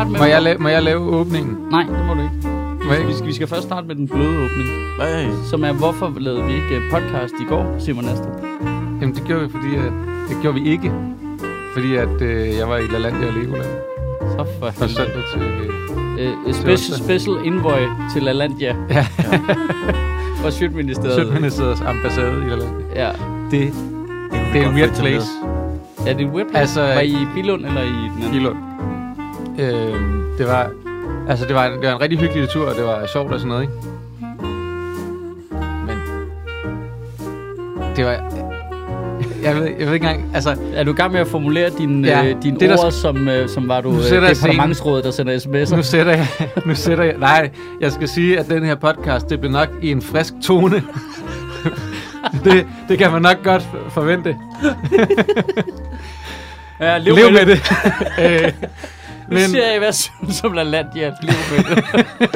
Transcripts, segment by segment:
starte med... Må jeg lave åbningen? Nej, det må du ikke. Vi skal først starte med den bløde åbning. Som er, hvorfor lavede vi ikke podcast i går, Simon Astrup? Jamen, det gjorde vi, fordi det gjorde vi ikke. Fordi at jeg var i LaLandia og Legoland. Så fra søndag til... special envoy til LaLandia. Ja. Fra Sjøtministeriet. Sjøtministeriets ambassade i LaLandia. Ja. Det er en weird place. Ja, det er en weird place. Altså, var I Billund eller i den anden? Billund. Det var en rigtig hyggelig tur, og det var sjovt og sådan noget, ikke? Men det var... Jeg ved ikke engang, altså... Er du i gang med at formulere dine ord, som var du departementsrådet, der sender sms'er? Nu sætter jeg... Nej, jeg skal sige, at den her podcast, det bliver nok i en frisk tone. det kan man nok godt forvente. Ja, lev med det. Nu siger jeg, hvad synes som LaLandia, lev med det.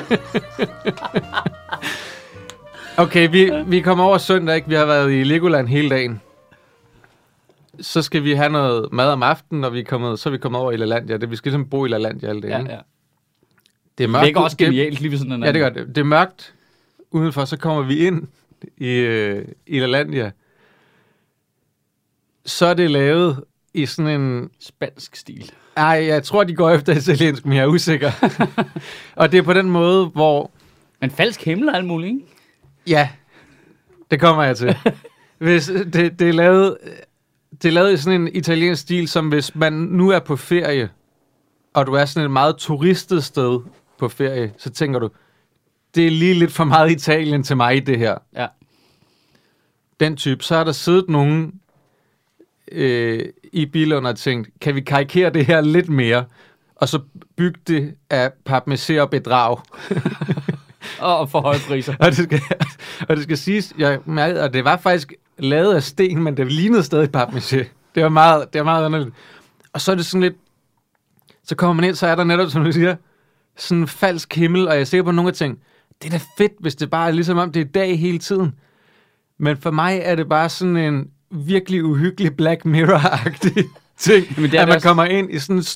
Okay, vi kommer over søndag, ikke? Vi har været i Legoland hele dagen. Så skal vi have noget mad om aftenen, og så er vi kommet over i LaLandia. Vi skal ligesom bo i LaLandia alle dagen. Ja. Det er mørkt. Det er også genialt, lige ved sådan en anden. Ja, det gør det. Det er mørkt udenfor, så kommer vi ind i LaLandia. Så er det lavet i sådan en... spansk stil. Nej, jeg tror, de går efter italiensk, men jeg er usikker. Og det er på den måde, hvor... Men falsk himmel og alt muligt, ikke? Ja, det kommer jeg til. Hvis det er lavet... Det er lavet i sådan en italiensk stil, som hvis man nu er på ferie, og du er sådan et meget turistet sted på ferie, så tænker du, det er lige lidt for meget Italien til mig, det her. Ja. Den type. Så har der siddet nogen i Billund og tænkt, kan vi karikere det her lidt mere, og så bygge det af papmaché og bedrag. Og for høje priser. og det skal siges, jeg mærkede, at det var faktisk lavet af sten, men det lignede stadig papmaché. Det var meget underligt. Og så er det sådan lidt, så kommer man ind, så er der netop, som du siger, sådan en falsk himmel, og jeg er sikker på, at nogle af ting, det er da fedt, hvis det bare er ligesom om, det er dag hele tiden. Men for mig er det bare sådan en virkelig uhyggelig Black Mirror-agtig ting, at man kommer ind i sådan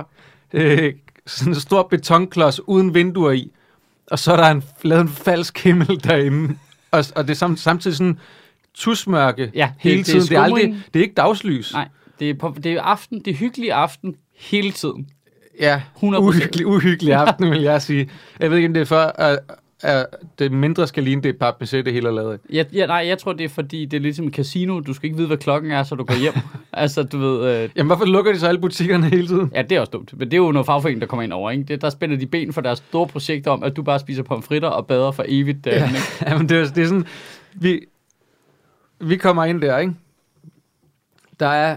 en stor betonklods uden vinduer i, og så er der lavet en falsk himmel derinde. Og det er samtidig sådan tusmørke hele tiden. Det er ikke dagslys. Nej, det er aften, det er hyggelig aften hele tiden. Ja, 100%. Uhyggelig aften, vil jeg sige. Jeg ved ikke, om det er for, at det mindre skal ligne det papmaché, det hele er lavet af. Nej, jeg tror, det er fordi, det er ligesom et casino. Du skal ikke vide, hvad klokken er, så du går hjem. Altså, du ved... Jamen, hvorfor lukker de så alle butikkerne hele tiden? Ja, det er også dumt. Men det er jo noget fagforening, der kommer ind over, ikke? Der spænder de ben for deres store projekter om, at du bare spiser pomfritter og bader for evigt. Jamen, det er sådan... Vi kommer ind der, ikke? Der er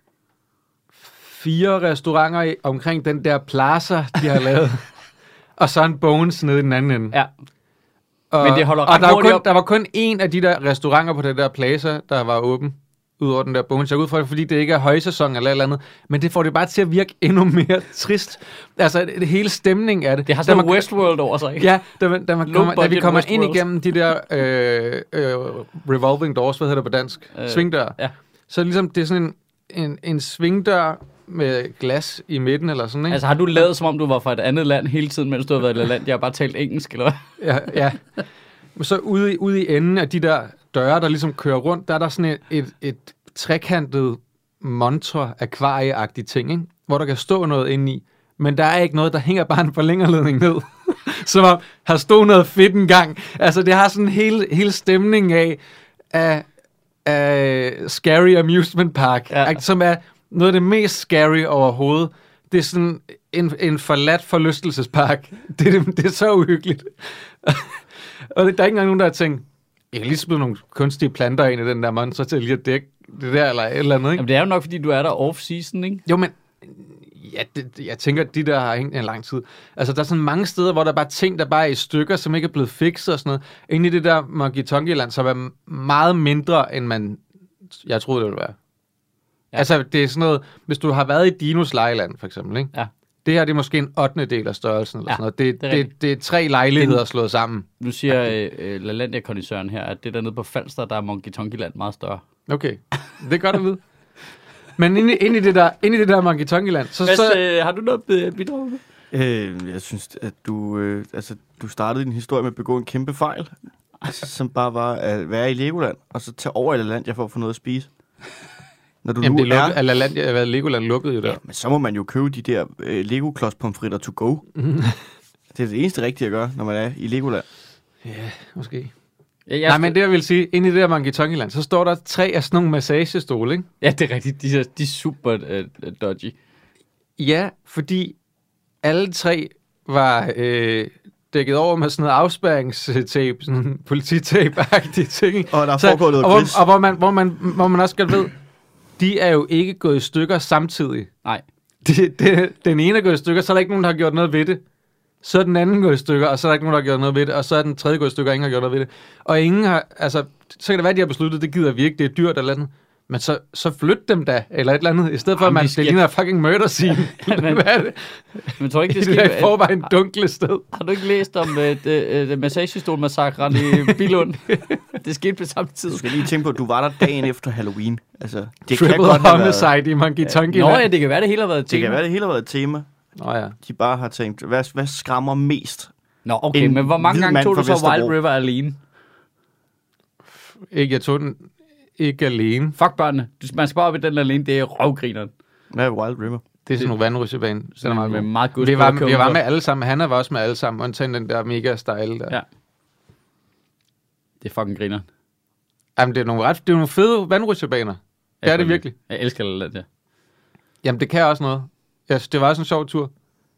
4 restauranter omkring den der plaza, de har lavet. Og så en Bones nede i den anden ende. Ja. Men det holder og der var kun én af de der restauranter på den der plaza, der var åben. Udover den der Bones. Jeg ud fra det, fordi det ikke er højsæson eller andet. Men det får det bare til at virke endnu mere trist. Altså, det hele stemningen af det. Det har sådan en Westworld over sig, ikke? Ja, da vi kommer ind igennem de der revolving doors, hvad hedder det på dansk? Svingdør. Ja. Så ligesom, det er sådan en svingdør med glas i midten eller sådan, ikke? Altså, har du lavet, som om du var fra et andet land hele tiden, mens du har været i LaLandia? Jeg har bare talt engelsk, eller hvad? Ja. Så ude i enden af de der døre, der ligesom kører rundt, der er der sådan et trekantet montre-akvarie-agtigt ting, ikke? Hvor der kan stå noget inde i. Men der er ikke noget, der hænger bare en forlængerledning ned. Som om, har stået noget fedt engang. Altså, det har sådan hele stemningen af Scary Amusement Park, som er noget af det mest scary overhovedet. Det er sådan en forladt forlystelsespark. Det er så uhyggeligt. Og der er ikke engang nogen, der har tænkt, jeg kan lige smide nogle kunstige planter ind i den der monster til lige at dække det der, eller et eller andet, ikke? Jamen, det er jo nok, fordi du er der off-season, ikke? Jo, men ja, jeg tænker, at de der har hængt en lang tid. Altså, der er sådan mange steder, hvor der bare er ting, der bare er i stykker, som ikke er blevet fikset og sådan noget. Inde i det der Monkey Tonky-land, som er meget mindre, end jeg troede, det ville være. Ja. Altså, det er sådan noget, hvis du har været i Dinos Lejeland, for eksempel, ikke? Ja. Det her, det er måske en 8. del af størrelsen, eller sådan noget. Det er 3 lejligheder slået sammen. Nu siger LaLandia-kondisøren her, at det der nede på Falster, der er Monkey Tonky-land meget større. Okay, det er godt at vide. Men inde i det der Monkey Tonky-land... Har du noget bidrag med? Jeg synes, at du startede din historie med at begå en kæmpe fejl, som bare var at være i Legoland, og så tage over i LaLandia for at få noget at spise. Når du Jamen, Legoland lukkede jo der. Ja, men så må man jo købe de der Lego-klods-pomfritter to go. Det er det eneste rigtige at gøre, når man er i Legoland. Ja, måske. Nej, men det jeg vil sige, inde i det der Mangitongi-land, så står der 3 af sådan nogle massagestole, ikke? Ja, det er rigtigt. De er super dodgy. Ja, fordi alle 3 var dækket over med sådan noget afspærringstape, sådan polititape-agtige ting. Og der er foregået noget gris. Og hvor man også godt ved, de er jo ikke gået i stykker samtidig. Nej. Den ene er gået i stykker, så er der ikke nogen, der har gjort noget ved det. Så er den anden gået i stykker, og så er der ikke nogen, der har gjort noget ved det. Og så er den tredje gået i stykker, og ingen har gjort noget ved det. Og ingen har, altså, så kan det være, de har besluttet, det gider vi ikke, det er dyrt eller andet. Men så flyt dem da, eller et eller andet, i stedet for, at det ligner fucking murder scene. Men tror ikke, det sker? Det er i forvejen dunkle sted. Har du ikke læst om massagestol-massakren i Billund? Det skete på samme tid. Du skal lige tænke på, at du var der dagen efter Halloween. Altså, det Triple kan godt homicide i Mangitongi. Nå ja, det kan være, det hele har været et tema. Det kan være, det hele har været et tema. Nå ja. De bare har tænkt, hvad skræmmer mest? Nå, okay, men hvor mange gange tog du så Wild River alene? Ikke, jeg tog den ikke alene. Fuck børnene. Man skal bare op i den alene, det er røvgrineren. Hvad er Wild River? Det er sådan nogle vandrutsjebane. Det er meget godt. Vi var med alle sammen. Hanna var også med alle sammen, undtagen den der mega style der. Ja. Det er fucking grineren. Jamen, det er nogle fede vandrutsjebaner. Det er det virkelig. Jeg elsker det, ja. Jamen, det kan også noget. Det var også en sjov tur.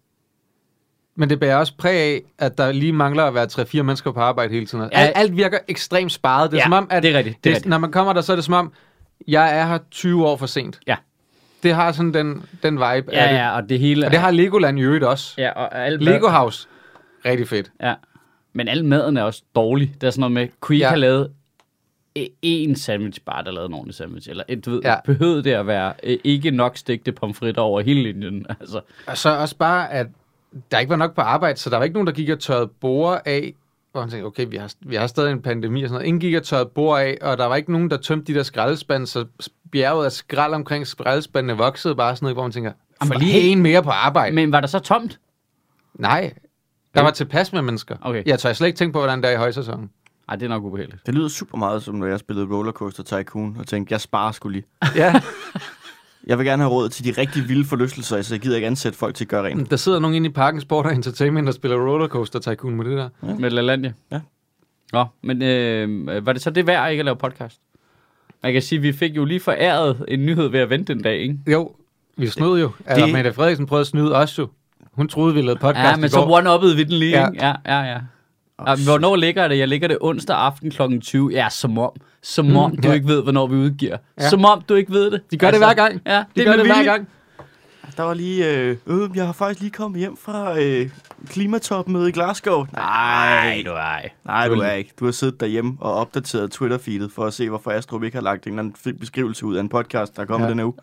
Men det bærer også præg af, at der lige mangler at være 3-4 mennesker på arbejde hele tiden. Alt virker ekstremt sparet. Det er som om, at det er rigtigt. Når man kommer der, så er det som om, jeg er her 20 år for sent. Ja. Det har sådan den vibe af det. Ja, og det hele... Og det har Legoland i øvrigt også. Ja, og Lego House. Rigtig fedt. Ja. Men al maden er også dårlig. Det er sådan noget med, kunne I have lavet en sandwich, bare der lavede en ordentlig sandwich, eller du ved, behøvede det at være ikke nok stegte pomfritter over hele linjen, altså. Og så også bare, at der ikke var nok på arbejde, så der var ikke nogen, der gik og tørrede borde af, hvor man tænkte, okay, vi har stadig en pandemi og sådan noget. Ingen gik og tørrede borde af, og der var ikke nogen, der tømte de der skraldespande, så bjerget af skrald omkring skraldespandene voksede bare sådan noget, hvor man tænker, for lige en mere på arbejde. Men var der så tomt? Nej, der var tilpas med mennesker. Okay. Jeg tør slet ikke tænke på, hvordan det er i højsæsonen. Ej, det er nok ubehageligt. Det lyder super meget, som når jeg spillede Rollercoaster Tycoon, og tænkte, jeg sparer sgu lige. Ja. Jeg vil gerne have råd til de rigtig vilde forlystelser, så jeg gider ikke ansætte folk til at gøre rent. Der sidder nogen inde i Parken Sport og Entertainment, der spiller Rollercoaster Tycoon med det der. Ja. Med LaLandia. Ja. Nå, men var det så det værd ikke at lave podcast? Man kan sige, at vi fik jo lige foræret en nyhed ved at vente en dag, ikke? Jo, vi snød jo. Altså, Mette Frederiksen prøvede at snyde os jo. Hun troede, vi lavede podcast i går. Men så one-uppede vi den lige, ja. Ikke? Ja. Hvornår ligger det? Jeg ligger det onsdag aften kl. 20. Ja, som om du ikke ved, hvornår vi udgiver. Ja. Som om du ikke ved det. De gør det hver gang. Ja, de gør det hver gang. Der var lige, jeg har faktisk lige kommet hjem fra klimatopmøde i Glasgow. Nej, du er ikke. Du har siddet derhjemme og opdateret Twitter-feedet for at se, hvorfor Astrup ikke har lagt en eller anden beskrivelse ud af en podcast, der er kommet denne uge.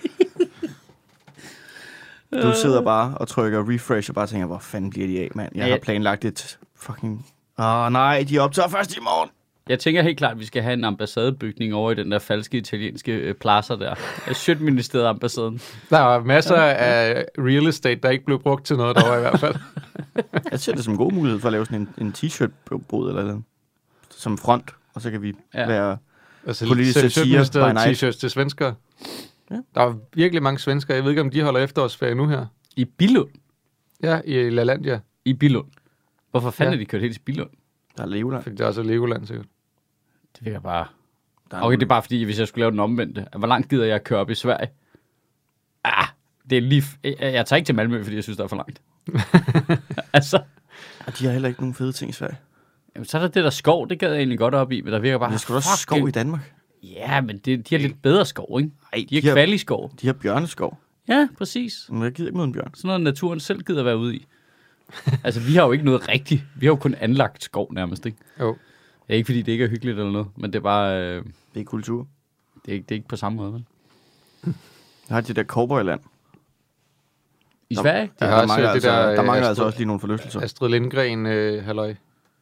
Du sidder bare og trykker refresh og bare tænker, hvor fanden bliver de af, mand? Jeg har planlagt et fucking... nej, de optager først i morgen. Jeg tænker helt klart, at vi skal have en ambassadebygning over i den der falske italienske pladser der. Sjøtministeriet ambassaden. Der var masser af real estate, der ikke blev brugt til noget derovre i hvert fald. Jeg ser det som en god mulighed for at lave sådan en t-shirt-bod eller noget. Som front, og så kan vi være politisk satire by night. T-shirts til svenskere. Ja. Der er virkelig mange svenskere. Jeg ved ikke, om de holder efterårsferie nu her. I Billund? Ja, i LaLandia. I Billund? Hvorfor fanden er de kørt helt i Billund? Der er Legoland. Fordi der er også Legoland, sikkert. Det virker bare... Okay, det er bare fordi, hvis jeg skulle lave den omvendte. Hvor langt gider jeg at køre op i Sverige? Det er lige... Jeg tager ikke til Malmø, fordi jeg synes, det er for langt. Altså... Og de har heller ikke nogen fede ting i Sverige. Jamen, så er der det der skov, det gad jeg egentlig godt op i, men der virker bare... Men der skal også skov i Danmark. Ja, men de har lidt bedre skov, ikke? Ej, de har kvalig-skov. De har bjørneskov. Ja, præcis. Men jeg gider ikke mod en bjørn. Sådan noget, naturen selv gider være ude i. Altså, vi har jo ikke noget rigtigt. Vi har jo kun anlagt skov nærmest, ikke? Jo. Ja, ikke fordi det ikke er hyggeligt eller noget, men det er bare... det er kultur. Det er ikke på samme måde, vel? Jeg har det der cowboyland. I Sverige? Der mangler altså også lige nogle forlystelser. Astrid Lindgren, halløj.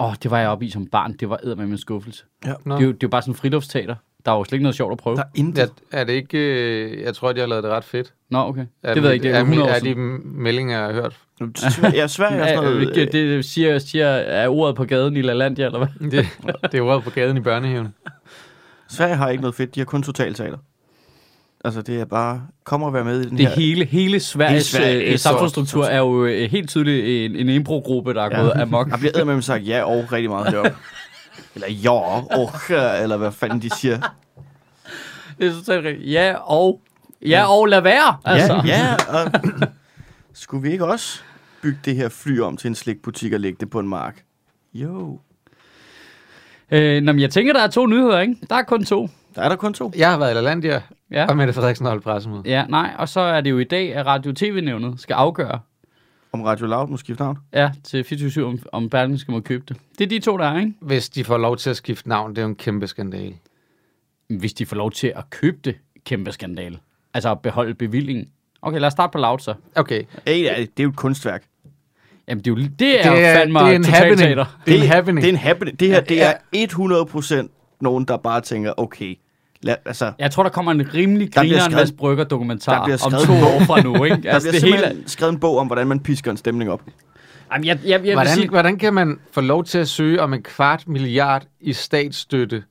Det var jeg oppe i som barn. Det var eddermame en skuffelse. Ja. Det er jo bare sådan en friluftsteater. Der er jo slet ikke noget sjovt at prøve. Der er intet. Er det ikke... Jeg tror, at jeg har lavet det ret fedt. Nå, okay. Det ved jeg ikke. Det er 100 år siden. Er de meldinger, jeg har hørt? Ja, Sverige er sådan noget... Det siger er ordet på gaden i LaLandia, eller hvad? Det er ordet på gaden i børnehaven. Sverige har ikke noget fedt. De har kun totalteater. Altså, det er bare... Kom og være med i den her... Hele Sveriges samfundsstruktur er jo helt tydeligt en impro-gruppe, der er gået amok. Der bliver eddermame sagt ja og rigtig meget heroppe. Eller eller hvad fanden de siger. Det er totalt rigtigt. Ja, og lad være. Altså. Ja, og skulle vi ikke også bygge det her fly om til en slikbutik og lægge det på en mark? Jo. Men jeg tænker, der er 2 nyheder, ikke? Der er kun 2. Der er der kun 2. Jeg har været i LaLandia, og Mette Frederiksen holdt pressemøde. Ja, nej, og så er det jo i dag, at Radio-TV-nævnet skal afgøre. Om Radio Loud må skifte navn? Ja, til 24/7, om Berlingske må købe det. Det er de 2, der er, ikke? Hvis de får lov til at skifte navn, det er jo en kæmpe skandale. Hvis de får lov til at købe det, kæmpe skandale. Altså at beholde bevillingen. Okay, lad os starte på Loud så. Okay. Det er jo et kunstværk. Jamen, det er jo fandme totalteater. Det er en happening. Det er en happening. Det her, det er 100% nogen, der bare tænker, okay... Jeg tror, der kommer en rimelig grineren Mads Brygger dokumentar om 2 år fra nu, ikke? Altså, der bliver simpelthen skrevet en bog om, hvordan man pisker en stemning op. Jamen, hvordan kan man få lov til at søge om 250 milliarder i statsstøtte?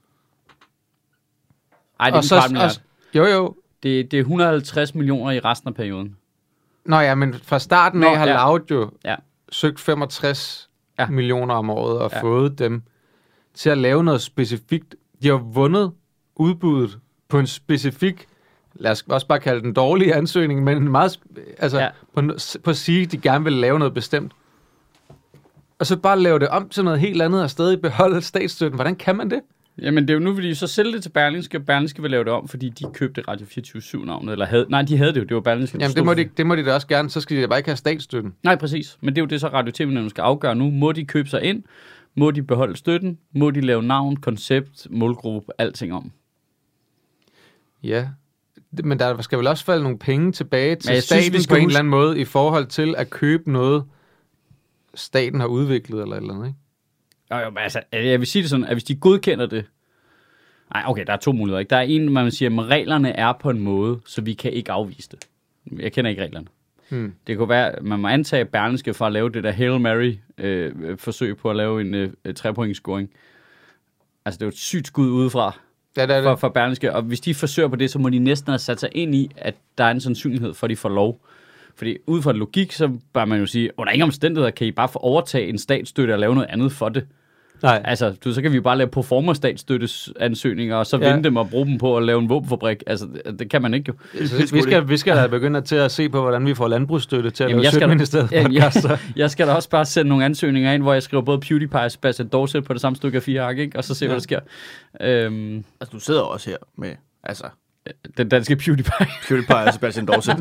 Ej, det er 250 milliarder. Jo. Det er 150 millioner i resten af perioden. Nå ja, men fra starten af har Loud jo søgt 65 millioner om året og fået dem til at lave noget specifikt. De har vundet udbuddet på en specifik, lad os også bare kalde den dårlige ansøgning, men en meget, på at sige, at de gerne vil lave noget bestemt. Og så bare lave det om til noget helt andet og stadig beholde statsstøtten. Hvordan kan man det? Jamen det er jo nu, fordi så sælge det til Berlingske, og Berlingske vil lave det om, fordi de købte Radio 24/7-navnet, eller de havde det jo, det var Berlingske. Jamen det må de da også gerne, så skal de da bare ikke have statsstøtten. Nej, præcis, men det er jo det, så Radio TV-nævnet skal afgøre nu. Må de købe sig ind? Må de beholde støtten? Må de lave navn, koncept, målgruppe, alting om? Ja, men der skal vel også falde nogle penge tilbage til staten på en eller anden måde, i forhold til at købe noget, staten har udviklet eller et eller andet, ikke? Jo, altså, jeg vil sige det sådan, at hvis de godkender det... Nej, okay, der er 2 muligheder, ikke? Der er en, man siger, at reglerne er på en måde, så vi kan ikke afvise det. Jeg kender ikke reglerne. Det kunne være, man må antage Berlingske for at lave det der Hail Mary-forsøg på at lave en 3-points-scoring. Altså, det er jo et sygt skud udefra. For Berlingske, og hvis de forsøger på det, så må de næsten have sat sig ind i, at der er en sandsynlighed for, at de får lov. Fordi ud fra logik, så bør man jo sige, under ingen omstændigheder kan I bare få overtage en statsstøtte og lave noget andet for det. Nej. Altså, så kan vi bare lave proforma-statsstøtteansøgninger, og så vinde dem og bruge dem på at lave en våbenfabrik. Altså, det kan man ikke jo. Vi skal da begynde til at se på, hvordan vi får landbrugsstøtte til at lave Sødministeriet. Jeg skal da også bare sende nogle ansøgninger ind, hvor jeg skriver både PewDiePie og Sebastian Dorset på det samme stykke af 4 ark, ikke? Og så se, hvad der sker. Altså, du sidder også her med, den danske PewDiePie. PewDiePie og Sebastian Dorset.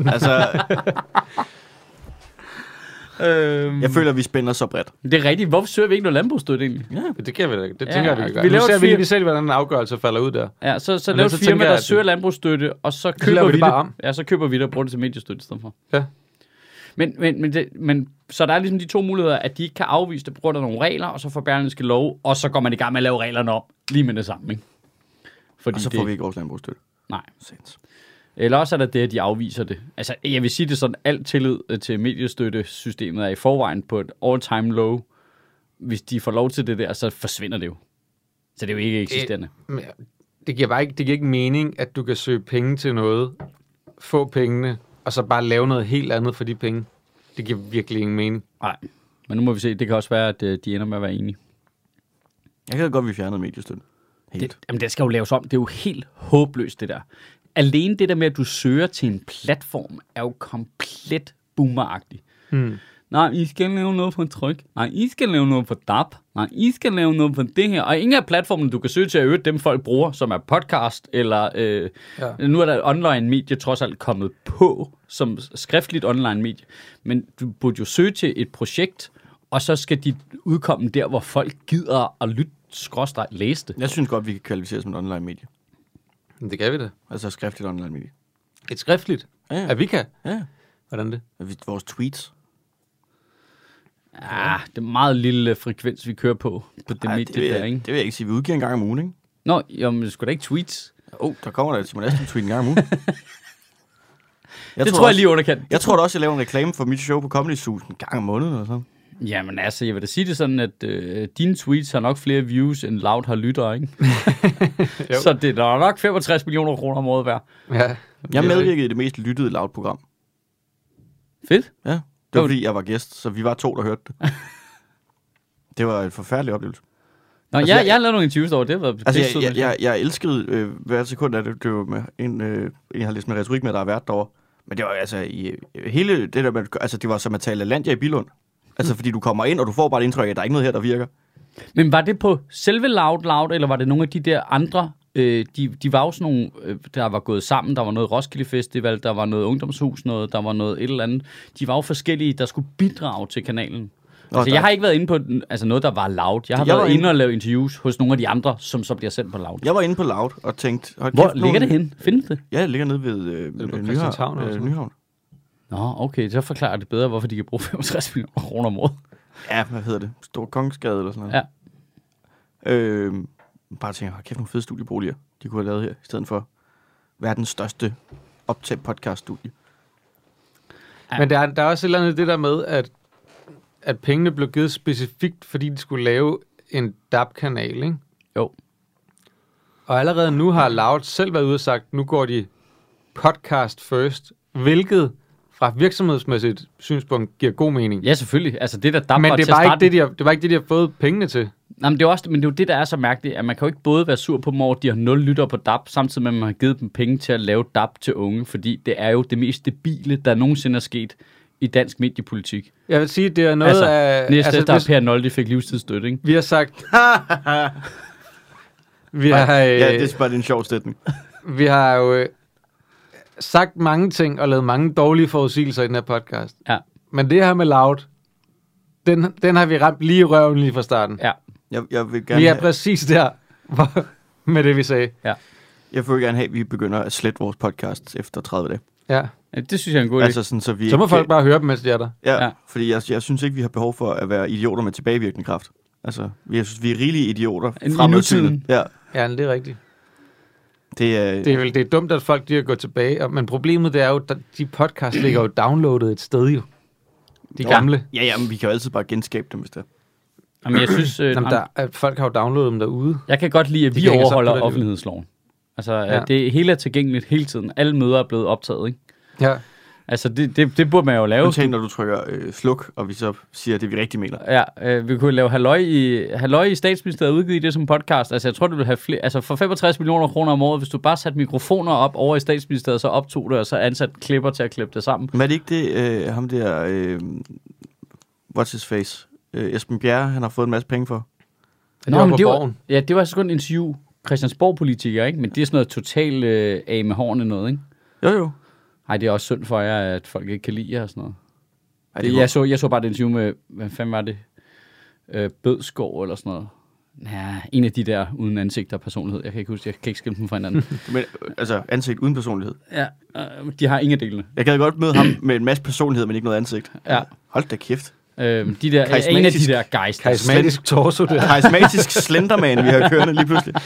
Jeg føler, at vi spænder så bredt. Det er rigtigt. Hvorfor søger vi ikke noget landbrugsstøtte egentlig? Ja, det kan vi da. Det tænker jeg, vi gør. Vi ser, hvordan en afgørelse falder ud der. Ja, så laver et firma, der søger landbrugsstøtte, og så køber vi det. Bare om. Ja, så køber vi det og bruger det til mediestøtte i stedet for. Ja. Men så der er ligesom de 2 muligheder, at de ikke kan afvise det på grund af nogle regler, og så får Berlingske lov, og så går man i gang med at lave reglerne om lige med det samme, ikke? Fordi og så får vi ikke vores landbrugsstøtte. Nej. Eller også er det, at de afviser det. Altså, jeg vil sige det sådan, alt tillid til mediestøttesystemet er i forvejen på et all-time low. Hvis de får lov til det der, så forsvinder det jo. Så det er jo ikke eksisterende. Det giver ikke mening, at du kan søge penge til noget, få pengene, og så bare lave noget helt andet for de penge. Det giver virkelig ingen mening. Nej, men nu må vi se. Det kan også være, at de ender med at være enige. Jeg kan godt, at vi fjernede mediestøtte. Jamen, det skal jo laves om. Det er jo helt håbløst, det der. Alene det der med, at du søger til en platform, er jo komplet boomeragtigt. Nej, I skal lave noget på tryk. Nej, I skal lave noget på DAP. Nej, I skal lave noget på det her. Og ingen af platformen, du kan søge til at øge dem, folk bruger, som er podcast, eller nu er der et online-medie trods alt kommet på, som skriftligt online-medie. Men du burde jo søge til et projekt, og så skal de udkomme der, hvor folk gider at lytte, læse det. Jeg synes godt, vi kan kvalificere som et online-medie. Det kan vi da. Altså skriftligt online-medie. Et skriftligt? Ja. At vi kan? Ja. Hvordan det? Vores tweets. Ja, det er meget lille frekvens, vi kører på det medie der, ikke? Det vil jeg ikke sige. Vi udgiver en gang om ugen, ikke? Nå, jamen, det skulle da ikke tweets. Der kommer der Simon Astrup tweet en gang om ugen. Det tror jeg lige underkendt. Jeg tror da også, jeg laver en reklame for mit show på Comedy Zoo en gang om måneden eller sådan. Jamen altså, jeg vil da sige det sådan, at dine tweets har nok flere views, end Loud har lyttere, ikke? Så det er nok 65 millioner kroner om året værd. Ja. Jeg medvirkede i det mest lyttede Loud-program. Fedt. Ja, det var fordi, jeg var gæst, så vi var 2, der hørte det. Det var en forfærdelig oplevelse. Nå, altså, jeg har lavet nogle interviews over det. Jeg elskede hver sekund af det. Det var med en jeg har læst med retorik med, der har været derovre. Men det var altså i hele det der, altså det var som at tale Lalandia i Billund. Altså fordi du kommer ind, og du får bare et indtryk af, at der er ikke noget her, der virker. Men var det på selve Loud, eller var det nogle af de der andre? De var jo sådan nogle, der var gået sammen. Der var noget Roskilde Festival, der var noget ungdomshus, der var noget et eller andet. De var jo forskellige, der skulle bidrage til kanalen. Altså, jeg har ikke været inde på noget, der var Loud. Jeg har været inde og lave interviews hos nogle af de andre, som så bliver sendt på Loud. Jeg var inde på Loud og tænkte... Hvor ligger det henne? Findes det? Ja, det ligger nede ved Nyhavn. Nå, okay. Så forklarer det bedre, hvorfor de kan bruge 65 millioner kroner om året. Ja, hvad hedder det? Stor Kongensgade eller sådan noget. Ja. Bare tænker, kæft nogle fede studieboliger, de kunne have lavet her, i stedet for verdens største podcast-studie. Ja. Men der er også et eller andet det der med, at pengene blev givet specifikt, fordi de skulle lave en DAB-kanal, ikke? Jo. Og allerede nu har Loud selv været ude og sagt, nu går de podcast first, hvilket fra virksomhedsmæssigt synspunkt giver god mening. Ja, selvfølgelig. Altså det der DAB men det var ikke det, de har fået pengene til. Nej, men det er jo det, der er så mærkeligt, at man kan jo ikke både være sur på dem over, at de har 0 lyttere på DAB, samtidig med, at man har givet dem penge til at lave DAB til unge, fordi det er jo det mest stabile, der nogensinde er sket i dansk mediepolitik. Jeg vil sige, det er noget af... Næste efter Per Nolde fik livstidsstøtte, ikke? Vi har sagt... Ja, det er bare en sjov sætning. Vi har jo sagt mange ting og lavet mange dårlige forudsigelser i den her podcast. Ja. Men det her med Loud, den har vi ramt lige i røven lige fra starten. Ja. Jeg vil gerne vi er præcis der med det, vi sagde. Ja. Jeg vil gerne have, at vi begynder at slette vores podcast efter 30 dage. Ja. Det synes jeg er en god idé. Altså sådan, så må folk bare høre dem, mens de er der. Ja. Fordi jeg synes ikke, vi har behov for at være idioter med tilbagevirkende kraft. Altså, jeg synes, vi er rigelige idioter frem mod tiden. Ja, det er rigtigt. Det er dumt, at folk de er gået tilbage, men problemet det er jo, at de podcasts ligger jo downloadet et sted jo. De gamle. Ja, men vi kan jo altid bare genskabe dem, hvis det er. Jamen, jeg synes... folk har jo downloadet dem derude. Jeg kan godt lide, at vi overholder offentlighedsloven. Altså, det hele er tilgængeligt hele tiden. Alle møder er blevet optaget, ikke? Ja. Altså, det burde man jo lave. Undtagen, når du trykker sluk, og vi så siger det, vi rigtig mener. Ja, vi kunne lave Halløj i Statsministeriet og udgive det som podcast. Altså, jeg tror, det vil have flere... Altså, for 65 millioner kroner om året, hvis du bare satte mikrofoner op over i Statsministeriet, så optog det, og så ansat klipper til at klippe det sammen. Men er det ikke det, ham der... what's his face? Esben Bjerre, han har fået en masse penge for. Det var så kun en interview. Christiansborg-politiker, ikke? Men det er sådan noget totalt af med hårene noget, ikke? Jo. Nej, det er også synd for jer, at folk ikke kan lide jer og sådan noget. Jeg så bare det interview med, hvad fanden var det? Bødskov eller sådan noget. Ja, en af de der uden ansigt og personlighed. Jeg kan ikke huske, jeg kan ikke skille dem fra hinanden. Men, altså ansigt uden personlighed? Ja, de har ingen delene. Jeg kan godt møde ham med en masse personlighed, men ikke noget ansigt. Ja. Hold da kæft. En af de der guys. Karismatisk torso der. Karismatisk slenderman, vi har kørende lige pludselig.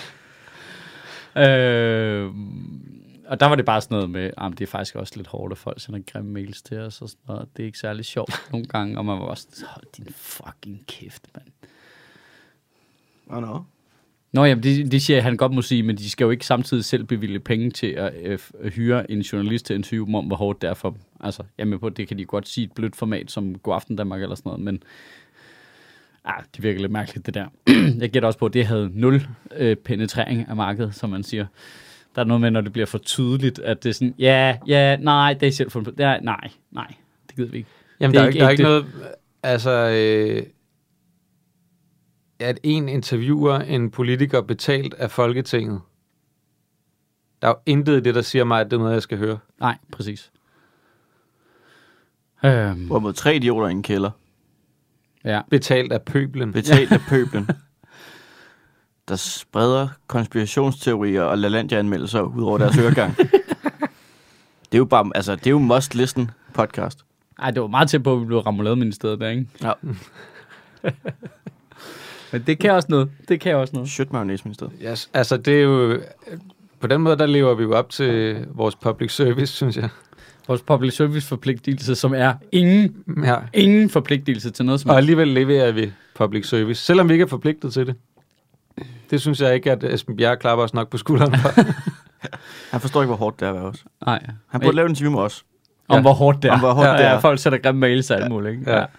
Og der var det bare sådan noget med, det er faktisk også lidt hårdt, at folk sender grimme mails til os og sådan noget. Det er ikke særlig sjovt nogle gange, og man var også sådan, hold din fucking kæft, mand. Nå, jamen, det siger han godt må sige, men de skal jo ikke samtidig selv bevilge penge til at hyre en journalist til at interviewe om, hvor hårdt det er for dem. Altså, jeg er med på, det kan de godt sige et blødt format som Godaften Danmark eller sådan noget, men det virker lidt mærkeligt, det der. Jeg gætter også på, at det havde 0 penetrering af markedet, som man siger. Der er noget med, når det bliver for tydeligt, at det er sådan, nej, det er selv for... Nej, det gider vi ikke. Jamen, der er ikke noget... Altså, at en interviewer en politiker betalt af Folketinget. Der er jo intet i det, der siger mig, at det er noget, jeg skal høre. Nej, præcis. Hvorimod 3 idioter i en kælder. Ja. Betalt af pøblen. Der spreder konspirationsteorier og Lalandia-anmeldelser ud over deres øregang. Det er jo bare, altså, det er jo must-listen podcast. Ej, det var meget tæt på, at vi blev Remouladeministeriet der, ikke? Ja. Men det kan også noget. Shit-mayonnaise-ministeriet. Yes, altså, det er jo... På den måde, der lever vi jo op til vores public service, synes jeg. Vores public service forpligtelse, som er ingen forpligtelse til noget som og alligevel leverer vi public service, selvom vi ikke er forpligtet til det. Det synes jeg ikke, at Esben Bjerre klapper os nok på skulderen for. Han forstår ikke, hvor hårdt det er at være os. Nej. Han burde lave en interview med os. Om hvor hårdt det er. Om hvor hårdt det er. Folk sætter grimme mails og alt muligt, ikke? Ja.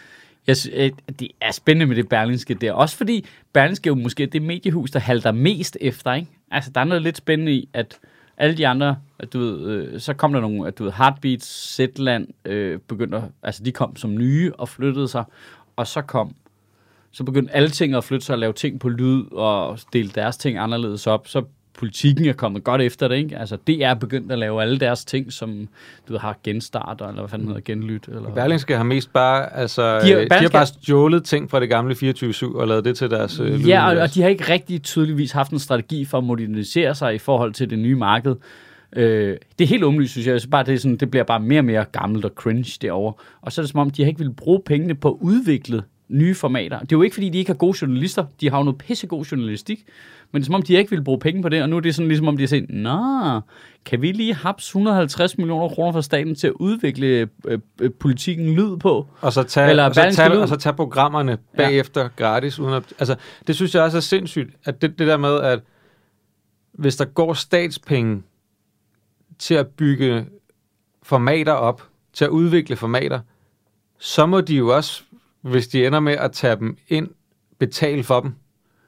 Det er spændende med det Berlingske der. Også fordi Berlingske jo måske det mediehus, der halter mest efter, ikke? Altså, der er noget lidt spændende i, at alle de andre, at du ved, så kom der nogle, at du ved, Heartbeats, Zetland, altså de kom som nye og flyttede sig, og så begyndte alle ting at flytte sig og lave ting på lyd og dele deres ting anderledes op. Så Politikken er kommet godt efter det, ikke? Altså, det er begyndt at lave alle deres ting, som du ved, har genstart, eller hvad fanden hedder, genlyt. Eller... Berlingske har mest bare, altså, de har bare stjålet ting fra det gamle 24/7 og lavet det til deres lyd. Ja, og de har ikke rigtig tydeligvis haft en strategi for at modernisere sig i forhold til det nye marked. Det er helt åbenlyst, synes jeg. Så bare det bliver bare mere og mere gammelt og cringe derovre. Og så er det som om, de har ikke ville bruge pengene på at udvikle nye formater. Det er jo ikke, fordi de ikke har gode journalister. De har jo noget pissegod journalistik. Men det er som om, de ikke ville bruge penge på det, og nu er det sådan ligesom om, de har set, nå, kan vi lige haps 150 millioner kroner fra staten til at udvikle politikken lyd på? Og så tage programmerne bagefter gratis. Uden at, altså, det synes jeg også er sindssygt, at det der med, at hvis der går statspenge til at bygge formater op, til at udvikle formater, så må de jo også, hvis de ender med at tage dem ind, betale for dem.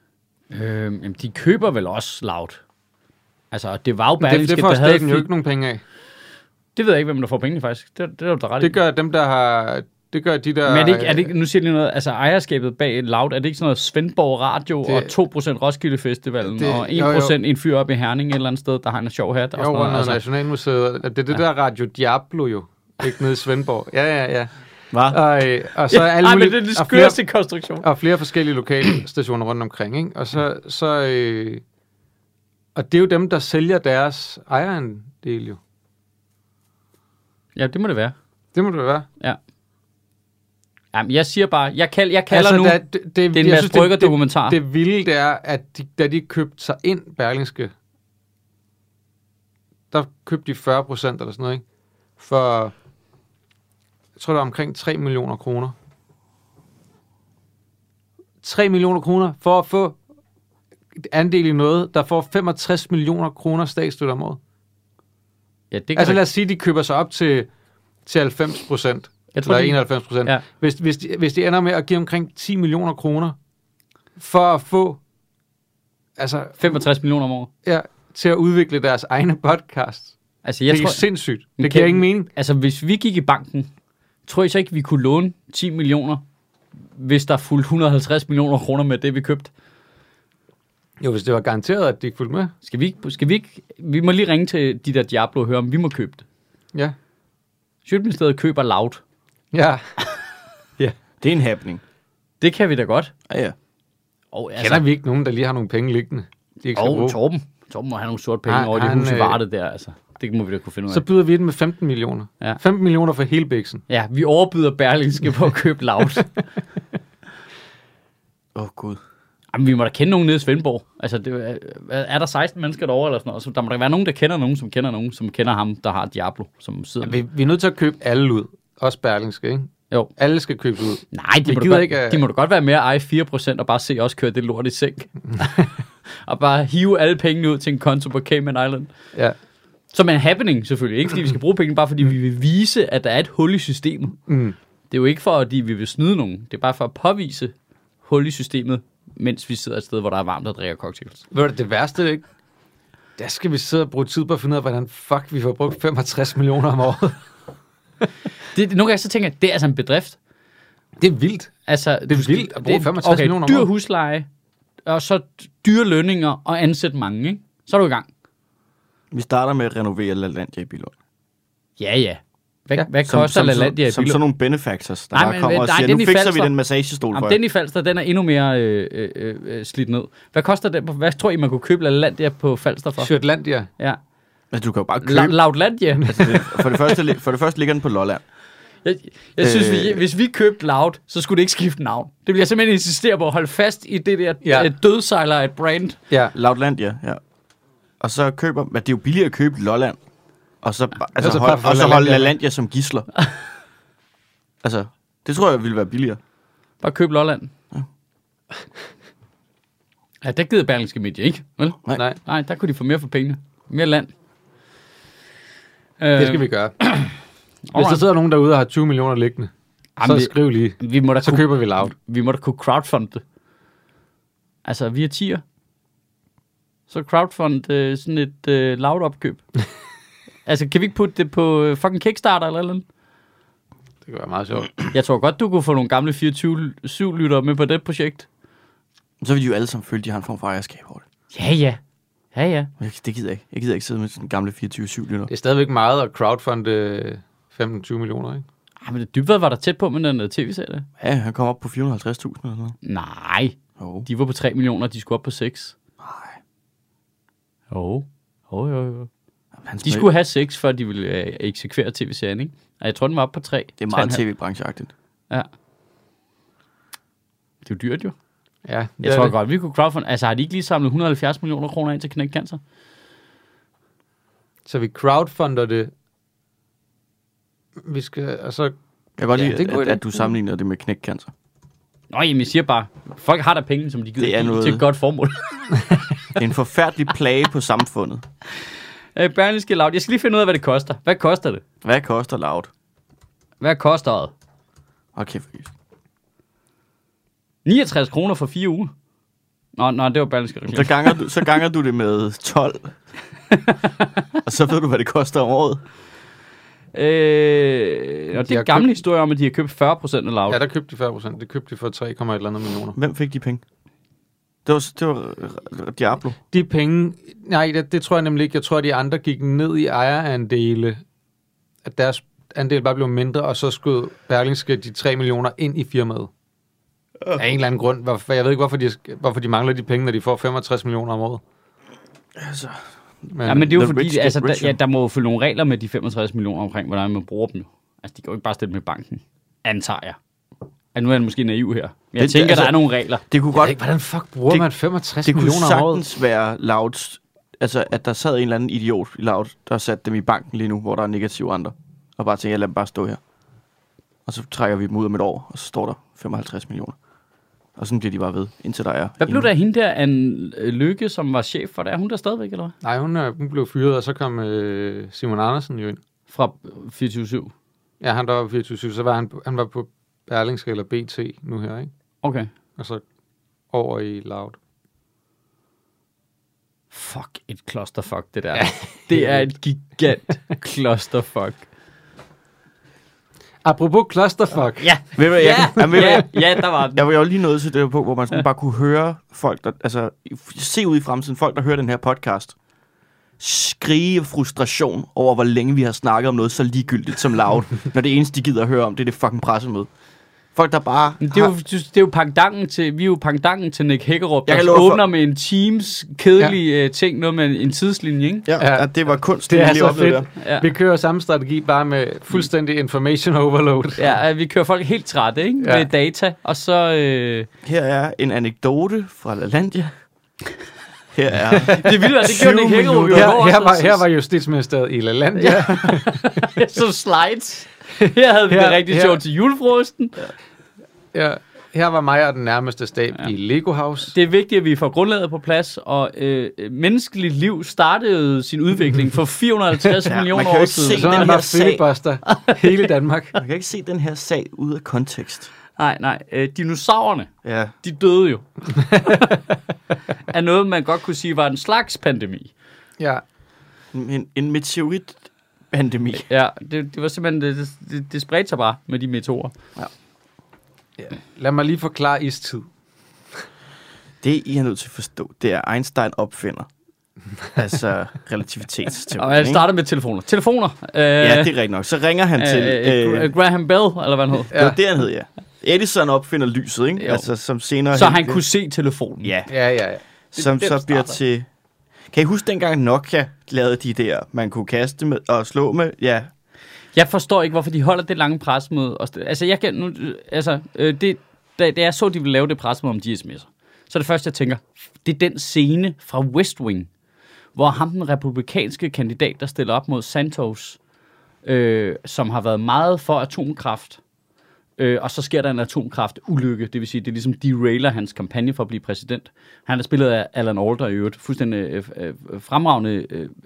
De køber vel også Loud. Altså, det var jo Berlingske, det får staten jo ikke nogen penge af. Det ved jeg ikke, hvem der får pengene faktisk. Det er der ret. Det gør dem, der har... Det gør de der... Men er det ikke, nu siger jeg lige noget, altså ejerskabet bag Loud, er det ikke sådan noget Svendborg Radio og 2% Roskilde Festivalen og 1% en fyr op i Herning et eller andet sted, der har en sjov hat? Jo, og altså. Nationalmuseet. Det er det der Radio Diablo jo, ikke nede i Svendborg. Ja. Og så alle mulige, men det er det skørste konstruktion. Og flere forskellige lokale stationer rundt omkring, ikke? Og og det er jo dem, der sælger deres ejerandel jo. Ja, det må det være. Det må det være. Ja. Jamen, jeg siger bare, jeg kalder altså, nu, det er en Mads Brygger-dokumentar. Det vilde, det er, at da de købte sig ind, Berlingske, der købte de 40% eller sådan noget, ikke? For, jeg tror, det var omkring 3 millioner kroner. 3 millioner kroner for at få andel i noget, der får 65 millioner kroner statsstøtte om året. Ja, det altså lad os sige, de køber sig op til 90%. Eller 91%. Ja. Hvis de ender med at give omkring 10 millioner kroner for at få 65 millioner om året. Ja, til at udvikle deres egne podcast. Altså, det er sindssygt. Det giver ingen mening. Altså, hvis vi gik i banken, tror jeg så ikke, vi kunne låne 10 millioner, hvis der fulgte 150 millioner kroner med det, vi købte. Jo, hvis det var garanteret, at de ikke fulgte med. Skal vi ikke? Vi må lige ringe til de der Diablo og høre, om vi må købe det. Ja. Sjøtministeriet køber Loud. Ja. Ja. Det er en happening. Det kan vi da godt. Ja. Og kender vi ikke nogen, der lige har nogle penge liggende? Torben må have nogle sorte penge over det hus i Varde der, altså. Det må vi da kunne finde ud af. Så byder vi den med 15 millioner. Ja. 15 millioner for hele bæksen. Ja, vi overbyder Berlingske på at købe Loud. Gud. Jamen, vi må da kende nogen nede i Svendborg. Altså, er der 16 mennesker derovre eller sådan noget? Så der må da være nogen, der kender nogen, som kender ham, der har Diablo, som sidder... Ja, vi er nødt til at købe alle ud. Også Berlingske, ikke? Jo. Alle skal købes ud. Nej, de må da godt være med at eje 4% og bare se os køre det lort i sænk. Og bare hive alle pengene ud til en konto på Cayman Island. Ja. Som er en happening selvfølgelig. Ikke fordi vi skal bruge penge, bare fordi vi vil vise, at der er et hul i systemet. Mm. Det er jo ikke fordi vi vil snyde nogen. Det er bare for at påvise hul i systemet, mens vi sidder et sted, hvor der er varmt og drikker cocktails. Ved du, det værste, ikke? Der skal vi sidde og bruge tid på at finde ud af, hvordan fuck vi får brugt 65 millioner om året. Nogle gange så tænker jeg, det er altså en bedrift. Det er vildt. Altså, det er vildt at bruge 65 millioner om året. Dyr husleje, og så dyre lønninger og ansætte mange, ikke? Så er du i gang. Vi starter med at renovere LaLandia i Billund. Ja. Hvad koster LaLandia i Billund? Som sådan nogle benefactors, der kommer og siger, nu fikser vi den massagestol for jer. Den i Falster, den er endnu mere slidt ned. Hvad koster den? Hvad tror I, man kunne købe LaLandia på Falster for? Shirtlandia. Ja. Altså, du kan jo bare købe... Loudlandia. Altså, for det første ligger den på Lolland. Jeg synes, hvis vi købte Loud, så skulle det ikke skifte navn. Det vil jeg simpelthen insistere på at holde fast i det der dødsejler af et brand. Ja, Loudlandia, ja. Og så køber... Men det er jo billigere at købe Lolland. Og så, holde LaLandia som gidsler. Altså, det tror jeg ville være billigere. Bare købe Lolland. Ja. Ja, der gider Berlingske Media ikke, vel? Nej, der kunne de få mere for pengene. Mere land. Det skal vi gøre. Hvis der sidder nogen derude og har 20 millioner liggende, så skriv lige. Så køber vi Loud. Vi må da kunne crowdfunde det. Altså, vi er 10'er. Så crowdfund sådan et Loud-opkøb. Altså, kan vi ikke putte det på fucking Kickstarter eller noget? Det kan være meget sjovt. Jeg tror godt, du kunne få nogle gamle 24/7-lyttere med på det projekt. Så vil de jo alle sammen føle, at de har en form for ejerskab over det. Ja. Det gider jeg ikke. Jeg gider ikke sidde med sådan en gamle 24/7-lytter. Det er stadigvæk meget at crowdfunde 15-20 millioner, ikke? Ej, men Dybvad var der tæt på med den tv-serie. Ja, han kom op på 450.000 eller noget. Nej. De var på 3 millioner, de skulle op på 6. Nej. Jo. De skulle have 6, før de ville eksekvere tv-serien, ikke? Og jeg tror, den var op på 3. Det er meget tv-brancheagtigt. Ja. Det er jo dyrt, jo. Ja, jeg tror godt, vi kunne crowdfund. Altså, har de ikke lige samlet 170 millioner kroner ind til Knæk Cancer? Så vi crowdfunder det. Vi skal, altså... Jeg kan godt lide, at du sammenligner det med Knæk Cancer. Nå, jamen, jeg siger bare, folk har der penge, som de gider til et godt formål. Det er en forfærdelig plage på samfundet. Berlingske Loud. Jeg skal lige finde ud af, hvad det koster. Hvad koster det? Hvad koster Loud? Hvad koster det? Okay, 69 kroner for 4 uger. Nå, det var Berlingske reklame. Så ganger du det med 12. Og så ved du, hvad det koster om året. Det er gamle historie om, at de har købt 40% af Loud. Ja, der købte de 40%. Det købte de for 3,1 millioner. Hvem fik de penge? Det var Diablo. De penge... Nej, det tror jeg nemlig ikke. Jeg tror, at de andre gik ned i ejerandele. At deres andel bare blev mindre, og så skød Berlingske de 3 millioner ind i firmaet. Af en eller anden grund. Jeg ved ikke, hvorfor de mangler de penge, når de får 65 millioner om året. Altså... Men det er jo fordi, der må jo følge nogle regler med de 65 millioner omkring, hvordan man bruger dem. Altså, de kan jo ikke bare stille med banken. Antager jeg. Nu er jeg måske naiv her. Men jeg tænker, der er nogle regler. Det kunne godt... Hvordan fuck bruger man 65 millioner om året? Det kunne sagtens være Louds... Altså, at der sad en eller anden idiot i Loud, der satte dem i banken lige nu, hvor der er negative andre. Og bare tænkte, jeg lader dem bare stå her. Og så trækker vi dem ud om et år, og så står der 55 millioner. Og sådan bliver de bare ved, indtil der er... Hvad blev der hende der, Anne Lykke, som var chef for det? Er hun der stadigvæk, eller hvad? Nej, hun blev fyret, og så kom Simon Andersen jo ind. Fra 24/7? Ja, han der var 24/7, så var han var på Berlingske eller BT nu her, ikke? Okay. Og så over i Loud. Fuck, et clusterfuck, det der. Ja. Det er et gigant clusterfuck. Apropos clusterfuck. Ja, der var den. Jeg var jo lige nået til det punkt, hvor man sådan bare kunne høre folk, der, altså se ud i fremtiden, folk, der hører den her podcast, skrige frustration over, hvor længe vi har snakket om noget så ligegyldigt som Loud, når det eneste, de gider at høre om, det er det fucking pressemøde. Folk, der bare... Det er jo pangdangen til... Vi er jo pangdangen til Nick Hækkerup, der åbner med en Teams kedelig ting, noget med en tidslinje, ikke? Ja, det var kunst. Det er så fedt. Ja. Vi kører samme strategi, bare med fuldstændig information overload. Ja, vi kører folk helt trætte, ikke? Med data, og så... Her er en anekdote fra LaLandia. Her er... Det ville være, det gjorde Nick Hækkerup. Her var Justitsministeriet i LaLandia. Så slides. Her havde vi det rigtig sjovt til julefrosten. Ja, her var mig og den nærmeste stab i Lego House. Det er vigtigt, at vi får grundlaget på plads, og menneskeligt liv startede sin udvikling for 450 millioner år siden. Så han var filibuster hele Danmark. Man kan ikke se den her sag ud af kontekst. Nej. Dinosaurerne, de døde jo. Er noget, man godt kunne sige, var en slags pandemi. Ja. En meteorit-pandemi. Ja, det var simpelthen, det spredte sig bare med de meteorer. Ja. Lad mig lige forklare istid. Det, I er nødt til at forstå, det er Einstein opfinder. Altså relativitetsteori. Og jeg starter med telefoner. Telefoner. Ja, det er rigtigt nok. Så ringer han til... Graham Bell, eller hvad han hed. Det var det, han hed, ja. Edison opfinder lyset, ikke? Altså, som senere... Så han kunne se telefonen. Ja. Som så bliver til... Kan I huske dengang Nokia lavede de der, man kunne kaste med og slå med? Ja. Jeg forstår ikke, hvorfor de holder det lange pressemøde. Altså, da jeg så, de ville lave det pressemøde om de sms'er, så det første, jeg tænker, det er den scene fra West Wing, hvor ham, den republikanske kandidat, der stiller op mod Santos, som har været meget for atomkraft, og så sker der en atomkraftulykke, det vil sige, det ligesom derailer hans kampagne for at blive præsident. Han er spillet af Alan Alda i øvrigt, fuldstændig fremragende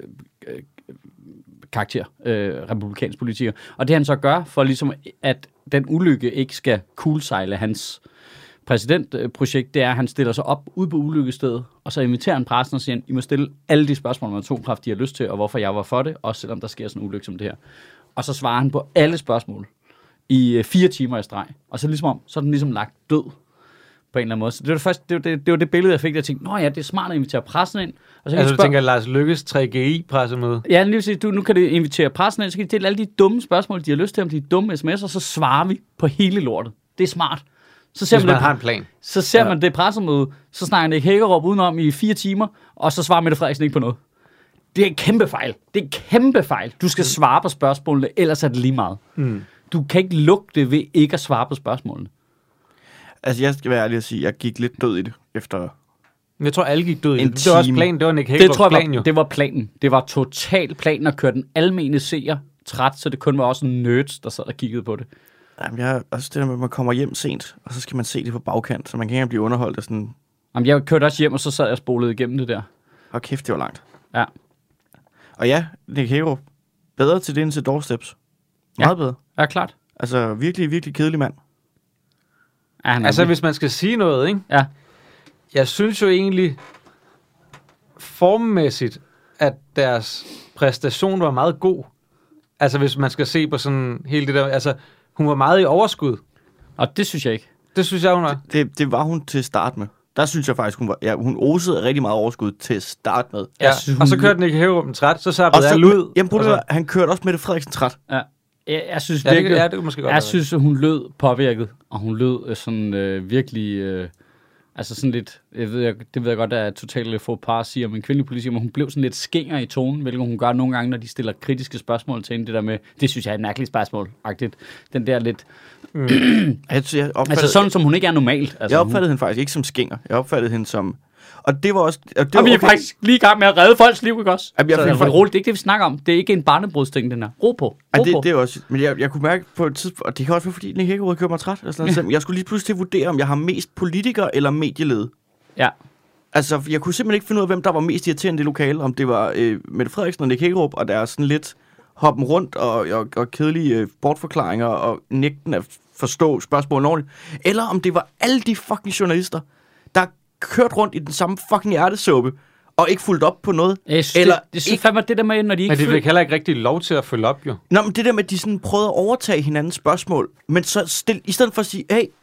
karakter, republikansk politiker. Og det han så gør, for ligesom at den ulykke ikke skal kulsejle hans præsidentprojekt, det er, at han stiller sig op ude på ulykkestedet, og så inviterer han pressen og siger, I må stille alle de spørgsmål om atomkraft, de har lyst til, og hvorfor jeg var for det, også selvom der sker sådan en ulykke som det her. Og så svarer han på alle spørgsmål i 4 timer i streg. Og så er den ligesom lagt død på en eller anden måde. Så det var det billede, jeg fik, der jeg tænkte, det er smart at invitere pressen ind. Og så du tænker, Lars Løkkes 3GI-pressemøde? Ja, lige sige, nu kan det invitere pressen ind, så kan de stille alle de dumme spørgsmål, de har lyst til, om de dumme sms'er, og så svarer vi på hele lortet. Det er smart. Så ser man har en plan. Så ser man det pressemøde, så snakker Nick Hækkerup udenom i 4 timer, og så svarer Mette Frederiksen ikke på noget. Det er en kæmpe fejl. Det er en kæmpe fejl. Du skal svare på spørgsmålene, ellers er det lige meget. Du kan ikke lukke det ved ikke at svare på spørgsmålene. Altså, jeg skal være ærlig at sige, at jeg gik lidt død i det efter. Jeg tror, alle gik død i det. Det var også planen. Det var Nick Hækkerups plan, jo. Det var planen. Det var total planen at køre den almene seer træt, så det kun var også nerds, der sad og kiggede på det. Jamen, også det der med, at man kommer hjem sent, og så skal man se det på bagkant, så man kan ikke blive underholdt af sådan. Jamen, jeg kørte også hjem, og så sad jeg og spolede igennem det der. Og kæft, det var langt. Ja. Og ja, Nick Hækkerup, bedre til det end til doorsteps. Meget bedre. Ja, klart. Altså, virkelig, virkelig kedelig mand. Ja, hvis man skal sige noget, ikke? Ja. Jeg synes jo egentlig, formmæssigt, at deres præstation var meget god. Altså, hvis man skal se på sådan hele det der. Altså, hun var meget i overskud. Og det synes jeg ikke. Det synes jeg, hun var. Det var hun til at starte med. Der synes jeg faktisk, hun osede rigtig meget overskud til at starte med. Ja, synes, og så kørte Nick Hækkerup den træt, så sappede alle ud. Jamen, han kørte også Mette Frederiksen træt. Ja. Jeg synes virkelig, det måske godt. Jeg synes, at hun lød påvirket, og hun lød sådan virkelig, altså sådan lidt, det ved jeg godt, at jeg totalt faux pas siger om en kvindelig politiker, men hun blev sådan lidt skinger i tonen, hvilket hun gør nogle gange, når de stiller kritiske spørgsmål til hende, det der med, det synes jeg er et mærkeligt spørgsmål-agtigt. Den der lidt, altså sådan som hun ikke er normalt. Altså, jeg opfattede hende faktisk ikke som skinger, jeg opfattede hende som. Og det var også. Og vi er faktisk lige i gang med at redde folks liv, ikke også? Jamen, det er ikke det, vi snakker om. Det er ikke en barnebrudsting, den her. Ro på. Det er også. Men jeg kunne mærke på et tidspunkt, og det kan også være, fordi Nick Hækkerup gjorde mig træt. Eller jeg skulle lige pludselig til at vurdere, om jeg har mest politiker eller medieled. Ja. Altså, jeg kunne simpelthen ikke finde ud af, hvem der var mest irriterende i det lokale. Om det var Mette Frederiksen og Nick Hækkerup, og der er sådan lidt hoppen rundt og kedelige bortforklaringer og nægten at forstå spørgsmålene ordentligt. Eller om det var alle de fucking journalister, der kørt rundt i den samme fucking hjertesuppe, og ikke fulgt op på noget. Det synes fandme det der med, når de ikke. Men det fik heller ikke rigtig lov til at følge op, jo. Nå, men det der med, at de sådan prøvede at overtage hinandens spørgsmål, men så i stedet for at sige, hey,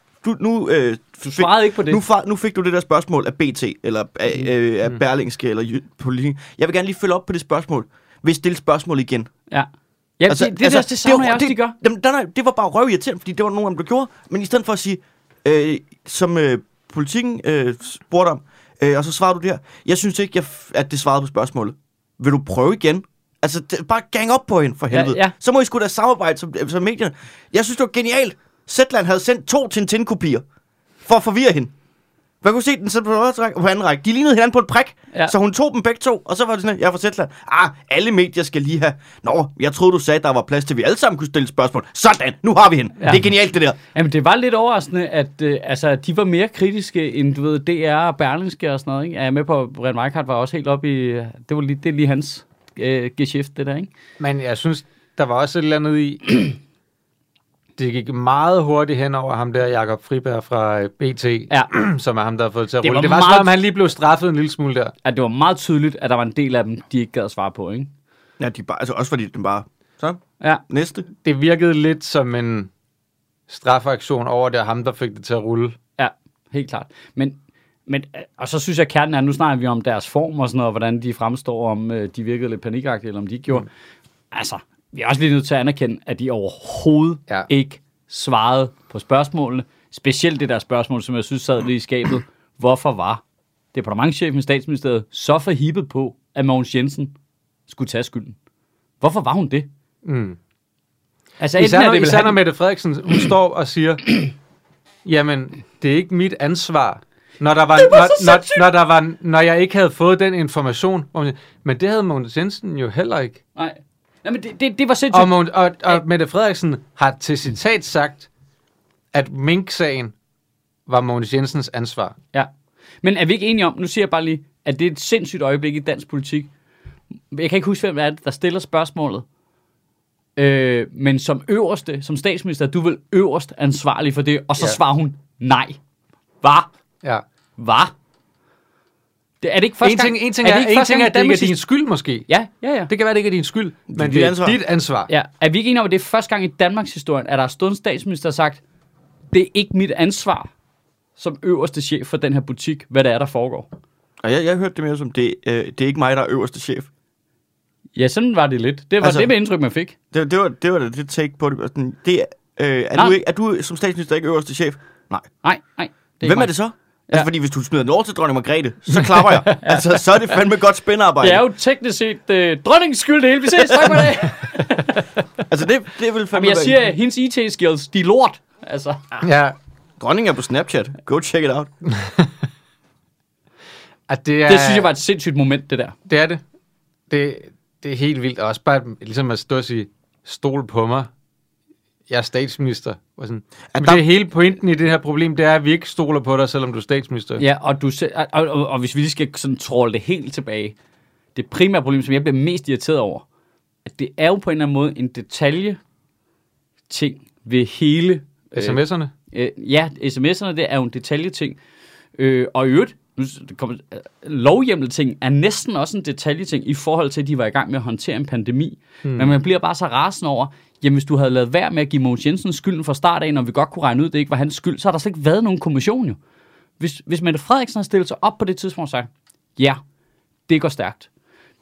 ikke på det. Nu fik du det der spørgsmål af BT, eller af Berlingske, eller Politik. Jeg vil gerne lige følge op på det spørgsmål. Vil stille spørgsmål igen. Ja. Ja, altså, det savner jeg også, de gør. Det var bare røvirriterende, fordi det var nogen, der gjorde. Men i stedet for at sige, som Politikken spurgte om, og så svarede du der. Jeg synes ikke, at det svarede på spørgsmålet. Vil du prøve igen? Altså, bare gang op på hende, for helvede. Ja. Så må I sgu da samarbejde som medierne. Jeg synes, det var genialt. Zetland havde sendt 2 Tintin-kopier for at forvirre hende. Man kunne se den sådan på anden række. De lignede hinanden på en prik, så hun tog dem begge 2, og så var det sådan, jeg fra Zetland. Alle medier skal lige have. Jeg troede, du sagde, at der var plads til, at vi alle sammen kunne stille spørgsmål. Sådan, nu har vi hende. Ja. Det er genialt, det der. Jamen, det var lidt overraskende, at de var mere kritiske, end du ved, DR og Berlingske og sådan noget, ikke? Jeg er med på, at Brian Weikart var også helt oppe i, det er lige hans geschæft, det der, ikke? Men jeg synes, der var også et eller andet i, det gik meget hurtigt hen over ham der, Jakob Friberg fra BT, som er ham, der har fået til at rulle. Det var som om, han lige blev straffet en lille smule der. Ja, det var meget tydeligt, at der var en del af dem, de ikke gad at svare på, ikke? Ja, altså også fordi den bare. Så, næste. Det virkede lidt som en strafaktion over det, ham, der fik det til at rulle. Ja, helt klart. Men og så synes jeg, kernen er, nu snakker vi om deres form og sådan noget, hvordan de fremstår, om de virkede lidt panikagtige, eller om de ikke gjorde. Altså, vi er også lige nødt til at anerkende, at de overhovedet ikke svarede på spørgsmålene. Specielt det der spørgsmål, som jeg synes sad lidt i skabet. Hvorfor var departementschefen i Statsministeriet så forhippet på, at Mogens Jensen skulle tage skylden? Hvorfor var hun det? Altså, især når Mette Frederiksen, hun står og siger, jamen, det er ikke mit ansvar, når jeg ikke havde fået den information. Men det havde Mogens Jensen jo heller ikke. Nej. Jamen, det var sindssygt. Og Mette Frederiksen har til citat sagt, at Mink-sagen var Mogens Jensens ansvar. Ja. Men er vi ikke enige om, nu siger jeg bare lige, at det er et sindssygt øjeblik i dansk politik. Jeg kan ikke huske, hvem det er, der stiller spørgsmålet. Men som statsminister, du er vel øverst ansvarlig for det, og så svarer hun nej. Hvad? Ja. Hvad? Er det ikke første gang? En ting er, at det ikke er din skyld, måske. Ja. Det kan være, det ikke er din skyld, men det er dit ansvar. Ja. Er vi ikke enige om, at det er første gang i Danmarks historie, at der er stået en statsminister og sagt, det er ikke mit ansvar som øverste chef for den her butik, hvad det er, der foregår? Og jeg hørte det mere som, det er ikke mig, der er øverste chef. Ja, sådan var det lidt. Det var det med indtryk, man fik. Det var det take på det. Er du som statsminister ikke øverste chef? Nej. Hvem er det så? Altså, fordi hvis du smider den over til dronning Margrethe, så klapper jeg. Altså, så er det fandme godt spændarbejde. Det er jo teknisk set dronningens skyld det hele. Vi ses, tak for det. Altså, det er vel fandme... Men jeg siger, at hendes IT-skills, de er lort. Altså. Ja. Dronningen er på Snapchat. Go check it out. Det synes jeg var et sindssygt moment, det der. Det er det. Det er helt vildt. Og også bare ligesom at stå og sige, stol på mig. Jeg er statsminister. Og sådan. Men det er hele pointen i det her problem, det er, at vi ikke stoler på dig, selvom du er statsminister. Ja, og hvis vi lige skal sådan tråle det helt tilbage, det primære problem, som jeg bliver mest irriteret over, at det er jo på en eller anden måde en detalje-ting ved hele... SMS'erne? Ja, sms'erne, det er jo en detaljeting. Og i øvrigt, lovhjemmelting er næsten også en detaljeting i forhold til, at de var i gang med at håndtere en pandemi. Men man bliver bare så rasende over, jamen hvis du havde lavet være med at give Mogens Jensen skylden fra start af, når vi godt kunne regne ud, at det ikke var hans skyld, så har der slet ikke været nogen kommission jo. Hvis Mette Frederiksen har stillet sig op på det tidspunkt og sagt, ja, det går stærkt.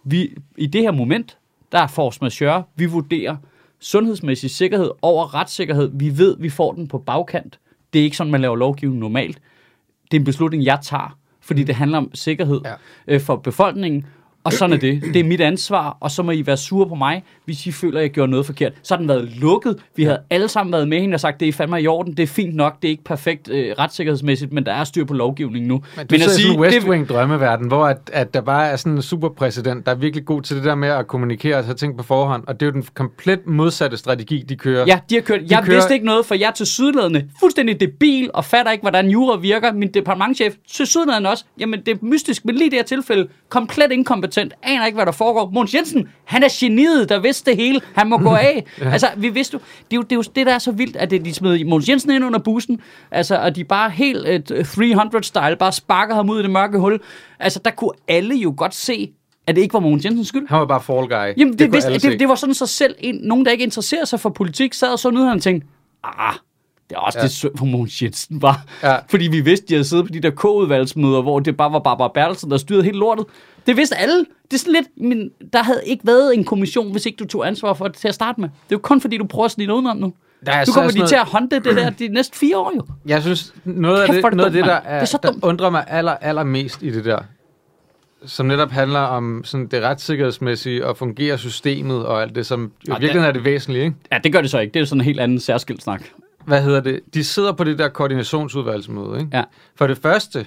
I det her moment, der er force majeure, vi vurderer sundhedsmæssig sikkerhed over retssikkerhed. Vi ved, vi får den på bagkant. Det er ikke sådan, man laver lovgivning normalt. Det er en beslutning, jeg tager, fordi det handler om sikkerhed for befolkningen. Og sådan er det. Det er mit ansvar, og så må I være sure på mig, hvis I føler, at jeg gjorde noget forkert. Så har den været lukket. Vi havde alle sammen været med hende og sagt, det er fandme i orden, det er fint nok, det er ikke perfekt retssikkerhedsmæssigt, men der er styr på lovgivningen nu. Men du ser sådan en West Wing drømmeverden, hvor at der bare er sådan en superpræsident, der er virkelig god til det der med at kommunikere og have ting på forhånd, og det er jo den komplet modsatte strategi, de kører. Ja, de har kørt. Jeg vidste ikke noget, for jeg er tilsyneladende fuldstændig debil, og fatter ikke, hvordan jura virker. Min departementschef tilsyneladende også. Jamen, det er mystisk, men lige i det her tilfælde, komplet inkompetent. Aner ikke, hvad der foregår. Mogens Jensen, han er geniet, der vidste det hele. Han må gå af. Altså, vi vidste jo, det er jo det, der er så vildt, at de smed Mogens Jensen ind under bussen, altså, og de bare helt 300-style, bare sparker ham ud i det mørke hul. Altså, der kunne alle jo godt se, at det ikke var Mogens Jensens skyld. Han var bare fall guy. Jamen, det var sådan så selv, nogen, der ikke interesserer sig for politik, sad og så ud, og han tænkte, det er også det synd for Mogens Jensen, var. Ja. Fordi vi vidste, de havde siddet på de der K-udvalgsmøder, hvor det bare var Barbara Bertelsen, der styrede helt lortet. Det vidste alle. Det er sådan lidt, men der havde ikke været en kommission, hvis ikke du tog ansvar for det til at starte med. Det er jo kun fordi, du prøver at snige noget udenom nu. Du kommer lige til at håndte det der de næste 4 år jo. Jeg synes, noget af det, der undrer mig allermest i det der, som netop handler om sådan det retssikkerhedsmæssige og fungerer systemet og alt det, som i virkeligheden er det væsentlige, ikke? Ja, det gør det så ikke. Det er sådan en helt anden særskilt snak. Hvad hedder det? De sidder på det der koordinationsudvalgsmøde, ikke? Ja. For det første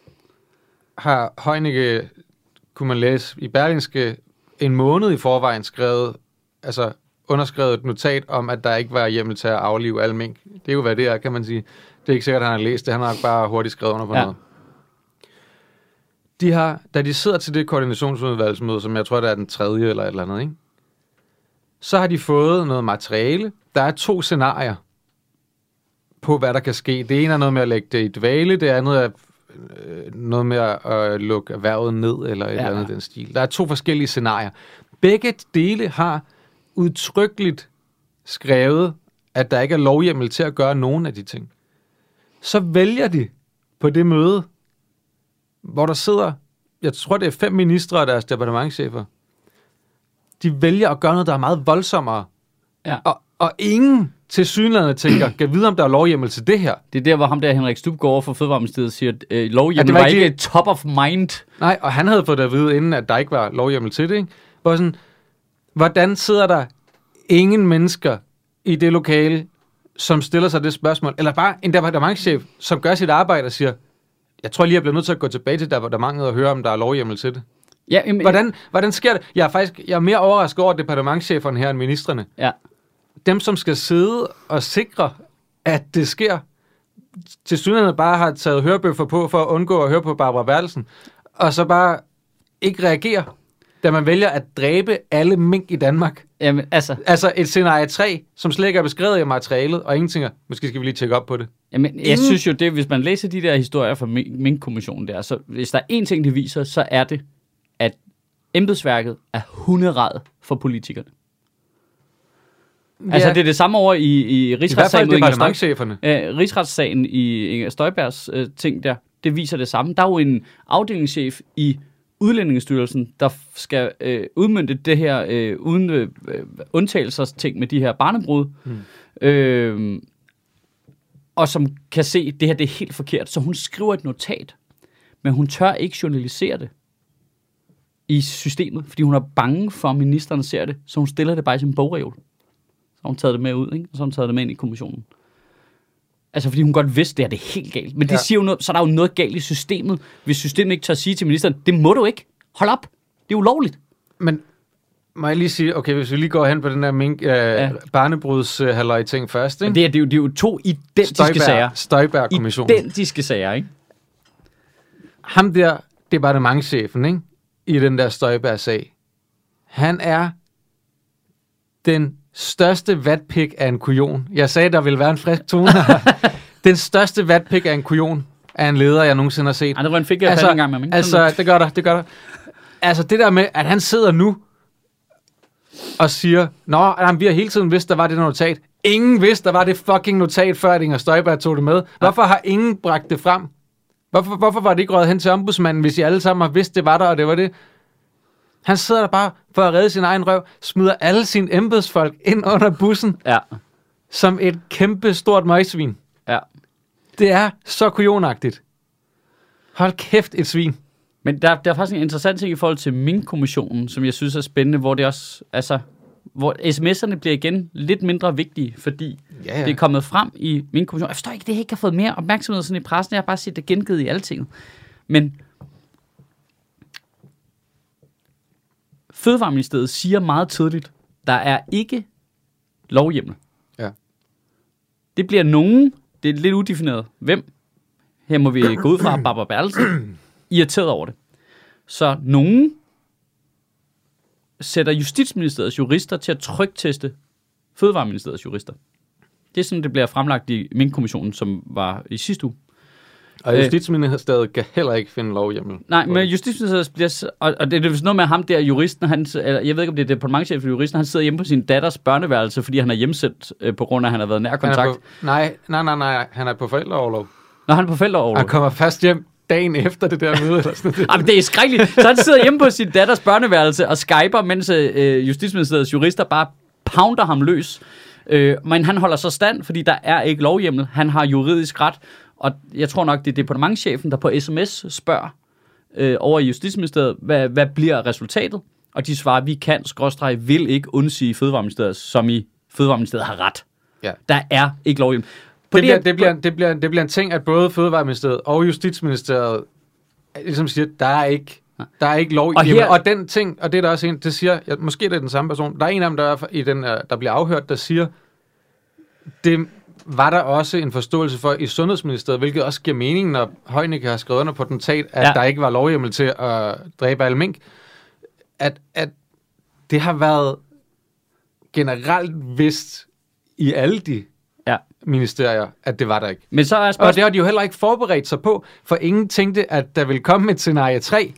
har Heunicke, kunne man læse i Berlingske, en måned i forvejen underskrevet et notat om, at der ikke var hjemmel til at aflive alle mink. Det er jo, hvad det er, kan man sige. Det er ikke sikkert, at han har læst det. Han har bare hurtigt skrevet under på noget. Da de sidder til det koordinationsudvalgsmøde, som jeg tror, der er den 3. eller et eller andet, ikke? Så har de fået noget materiale. Der er 2 scenarier på, hvad der kan ske. Det ene er noget med at lægge det i dvale, det andet er noget med at lukke erhvervet ned, eller et eller andet den stil. Der er 2 forskellige scenarier. Begge dele har udtrykkeligt skrevet, at der ikke er lovhjemmel til at gøre nogen af de ting. Så vælger de på det møde, hvor der sidder, jeg tror det er 5 ministre og deres departementschefer, de vælger at gøre noget, der er meget voldsommere. Ja. Og ingen tilsyneladende tænker, kan vide, om der er lovhjemmel til det her. Det er der, hvor ham der Henrik Stubgaard over for Fødevareministeriet siger, at lovhjemmel var ikke top of mind. Nej, og han havde fået det at vide, inden at der ikke var lovhjemmel til det. Ikke? Hvor sådan, hvordan sidder der ingen mennesker i det lokale, som stiller sig det spørgsmål, eller bare en departementschef, som gør sit arbejde og siger, jeg tror lige, jeg bliver nødt til at gå tilbage til departementet og høre, om der er lovhjemmel til det. Ja, hvordan sker det? Jeg er mere overrasket over departementscheferne her end ministrene. Ja. Dem, som skal sidde og sikre, at det sker, til synligheden bare har taget hørebøffer på for at undgå at høre på Barbara Bertelsen, og så bare ikke reagere, da man vælger at dræbe alle mink i Danmark. Jamen, altså et scenarie 3, som slet ikke er beskrevet i materialet, og ingen tænker, måske skal vi lige tjekke op på det. Jamen, jeg synes jo, det, hvis man læser de der historier fra Mink-kommissionen der, så hvis der er én ting, det viser, så er det, at embedsværket er hunderad for politikerne. Ja. Altså, det er det samme over i rigsretssagen mod rigsretssagen i Inger Støjbergs ting der. Det viser det samme. Der er jo en afdelingschef i Udlændingestyrelsen, der skal udmønte det her uden undtagelsesting med de her barnebrud. Og som kan se, at det her det er helt forkert. Så hun skriver et notat, men hun tør ikke journalisere det i systemet, fordi hun er bange for, at ministeren ser det, så hun stiller det bare i sin bogreol. Så har hun taget det med ud, ikke? Og så har hun taget det med ind i kommissionen. Altså, fordi hun godt vidste, det er helt galt. Men det siger jo noget, så er der jo noget galt i systemet, hvis systemet ikke tør sige til ministeren, det må du ikke. Hold op. Det er ulovligt. Men må jeg lige sige, okay, hvis vi lige går hen på den der barnebruds-halløj-ting først, ikke? Det er jo to identiske sager. Støjberg-kommissionen. Identiske sager, ikke? Ham der, departementschefen, ikke? I den der Støjberg-sag. Han er den største vatpik af en kujon. Jeg sagde, der ville være en frisk tone. Den største vatpik af en kujon af en leder, jeg nogensinde har set. Ej, det var en fik jeg en gang med mig. Altså, det gør der. Altså, det der med, at han sidder nu og siger, vi har hele tiden vidst, der var det notat. Ingen vidste, der var det fucking notat, før at Inger Støjberg tog det med. Hvorfor har ingen bragt det frem? Hvorfor var det ikke røget hen til ombudsmanden, hvis I alle sammen har vidst, det var der, og det var det? Han sidder der bare for at redde sin egen røv, smider alle sine embedsfolk ind under bussen, som et kæmpe stort møgsvin. Ja. Det er så kujonagtigt. Hold kæft, et svin. Men der er faktisk en interessant ting i forhold til Mink-kommissionen, som jeg synes er spændende, hvor det også, altså, hvor sms'erne bliver igen lidt mindre vigtige, fordi det er kommet frem i Mink-kommissionen. Jeg forstår ikke, det ikke har fået mere opmærksomhed sådan i pressen. Jeg har bare set det gengivet i alle ting. Men Fødevareministeriet siger meget tydeligt, der er ikke lovhjemmel. Ja. Det bliver nogen, det er lidt udefineret. Hvem? Her må vi gå ud fra Barbara Bertelsen, irriteret over det. Så nogen sætter Justitsministeriets jurister til at trykteste Fødevareministeriets jurister. Det er sådan, det bliver fremlagt i Mink-kommissionen, som var i sidste uge. Og Justitsministeriet kan heller ikke finde lovhjemmel. Nej, men Justitsministeriet bliver... Og det er noget med ham der, juristen, jeg ved ikke, om det er departementschef for juristen, han sidder hjemme på sin datters børneværelse, fordi han er hjemsendt, på grund af, at han har været nær kontakt. Nej, han er på forældreoverlov. Nå, han er på forældreoverlov. Han kommer først hjem dagen efter det der møde. Eller sådan noget. Jamen, det er skrækkeligt. Så han sidder hjemme på sin datters børneværelse og skyper, mens Justitsministeriets jurister bare pounder ham løs. Men han holder så stand, fordi der er ikke lovhjemmel. Han har juridisk ret. Og jeg tror nok, det er departementschefen, der på sms spørger over i Justitsministeriet, hvad bliver resultatet? Og de svarer, vi kan, vil ikke undsige Fødevareministeriet, som i Fødevareministeriet har ret. Ja. Der er ikke lovhjemmel. Det bliver en ting, at både Fødevareministeriet og Justitsministeriet ligesom siger, der er ikke lovhjemmel. Og den ting, og det er der også en, det siger, måske det er den samme person, der er en af dem, der bliver afhørt, der siger, det var der også en forståelse for i Sundhedsministeriet, hvilket også giver mening, når Heunicke har skrevet under på notat, at der ikke var lovhjemmel til at dræbe alle mink, at det har været generelt vist i alle de ministerier, at det var der ikke. Men så er og det har de jo heller ikke forberedt sig på, for ingen tænkte, at der ville komme et scenarie 3.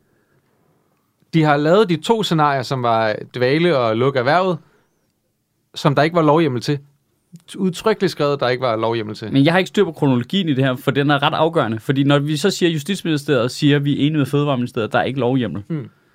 De har lavet de 2 scenarier, som var dvale og lukke erhvervet, som der ikke var lovhjemmel til. Udtrykkeligt skrevet, der ikke var lovhjemmel til. Men jeg har ikke styr på kronologien i det her, for den er ret afgørende. Fordi når vi så siger, Justitsministeriet siger, vi er enige med Fødevareministeriet, der er ikke lovhjemmel.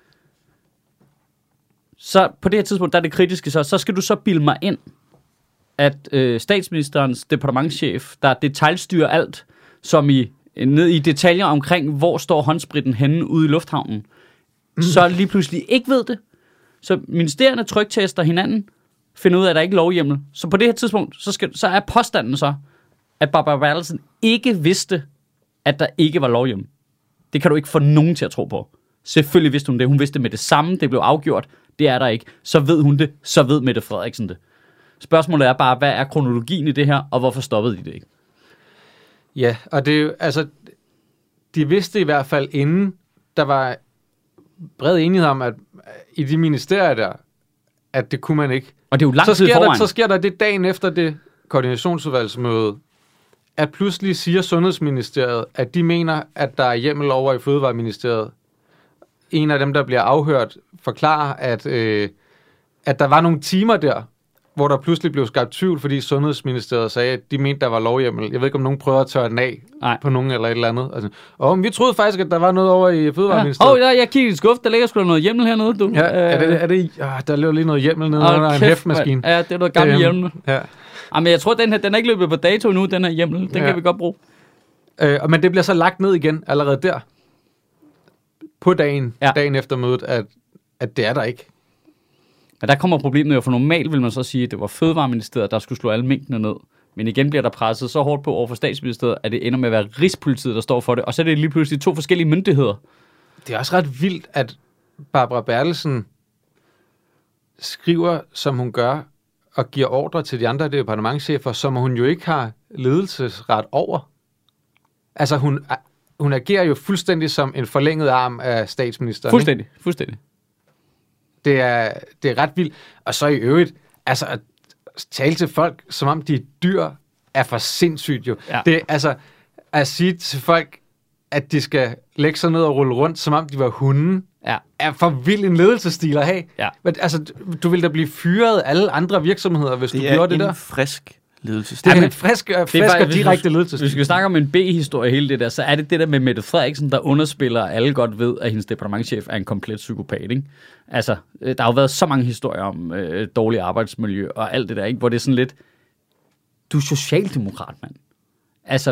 Så på det her tidspunkt, der er det kritiske, så skal du så bilde mig ind, at statsministerens departementschef, der detaljstyrer alt, som ned i detaljer omkring, hvor står håndspritten henne ude i lufthavnen, så lige pludselig ikke ved det. Så ministerierne tryktester hinanden, finder ud af, at der ikke er lovhjemmel. Så på det her tidspunkt, så er påstanden så, at Barbara Bertelsen ikke vidste, at der ikke var lovhjemmel. Det kan du ikke få nogen til at tro på. Selvfølgelig vidste hun det. Hun vidste det med det samme. Det blev afgjort. Det er der ikke. Så ved hun det. Så ved Mette Frederiksen det. Spørgsmålet er bare, hvad er kronologien i det her, og hvorfor stoppede de det ikke? Ja, og det er jo, altså, de vidste i hvert fald inden, der var bred enighed om, at i de ministerier der, at det kunne man ikke. Og det er jo lang tid foran. Så sker der det dagen efter det koordinationsudvalgsmøde, at pludselig siger Sundhedsministeriet, at de mener, at der er hjemmel over i Fødevareministeriet. En af dem, der bliver afhørt, forklarer, at der var nogle timer der, hvor der pludselig blev skabt tvivl, fordi Sundhedsministeriet sagde, at de mente, der var lovhjemmel. Jeg ved ikke, om nogen prøver at tørre den af på nogen eller et eller andet. Altså, men vi troede faktisk, at der var noget over i Fødevareministeriet. Jeg kiggede i skuffen, der ligger sgu da noget hjemmel hernede, du. Ja, der ligger lige noget hjemmel nede under en hæftmaskine. Ja, det er noget gammel hjemmel. Ja. Men jeg tror, den er ikke løbet på dato nu, den her hjemmel. Den kan vi godt bruge. Men det bliver så lagt ned igen allerede der. På dagen efter mødet, at det er der ikke. Men der kommer problemet jo, for normalt vil man så sige, at det var Fødevareministeriet, der skulle slå alle minkene ned. Men igen bliver der presset så hårdt på over for Statsministeriet, at det ender med at være Rigspolitiet, der står for det. Og så er det lige pludselig 2 forskellige myndigheder. Det er også ret vildt, at Barbara Bertelsen skriver, som hun gør, og giver ordre til de andre departementschefer, som hun jo ikke har ledelsesret over. Altså hun agerer jo fuldstændig som en forlænget arm af statsministeren. Fuldstændig. Det er ret vildt. Og så i øvrigt, altså at tale til folk, som om de er dyr, er for sindssygt jo. Ja. Det altså at sige til folk, at de skal lægge sig ned og rulle rundt, som om de var hunde, er for vild en ledelsesstil at have. Ja. Men, altså, du ville da blive fyret af alle andre virksomheder, hvis du gjorde det der. Det er en frisk ledelsesstil. Det er en frisk og direkte ledelsesstil. Hvis vi skal snakke om en B-historie hele det der, så er det det der med Mette Frederiksen, der underspiller, alle godt ved, at hendes departementschef er en komplet psykopat, ikke? Altså, der har jo været så mange historier om dårlig arbejdsmiljø og alt det der, ikke? Hvor det er sådan lidt, du er socialdemokrat, mand. Altså,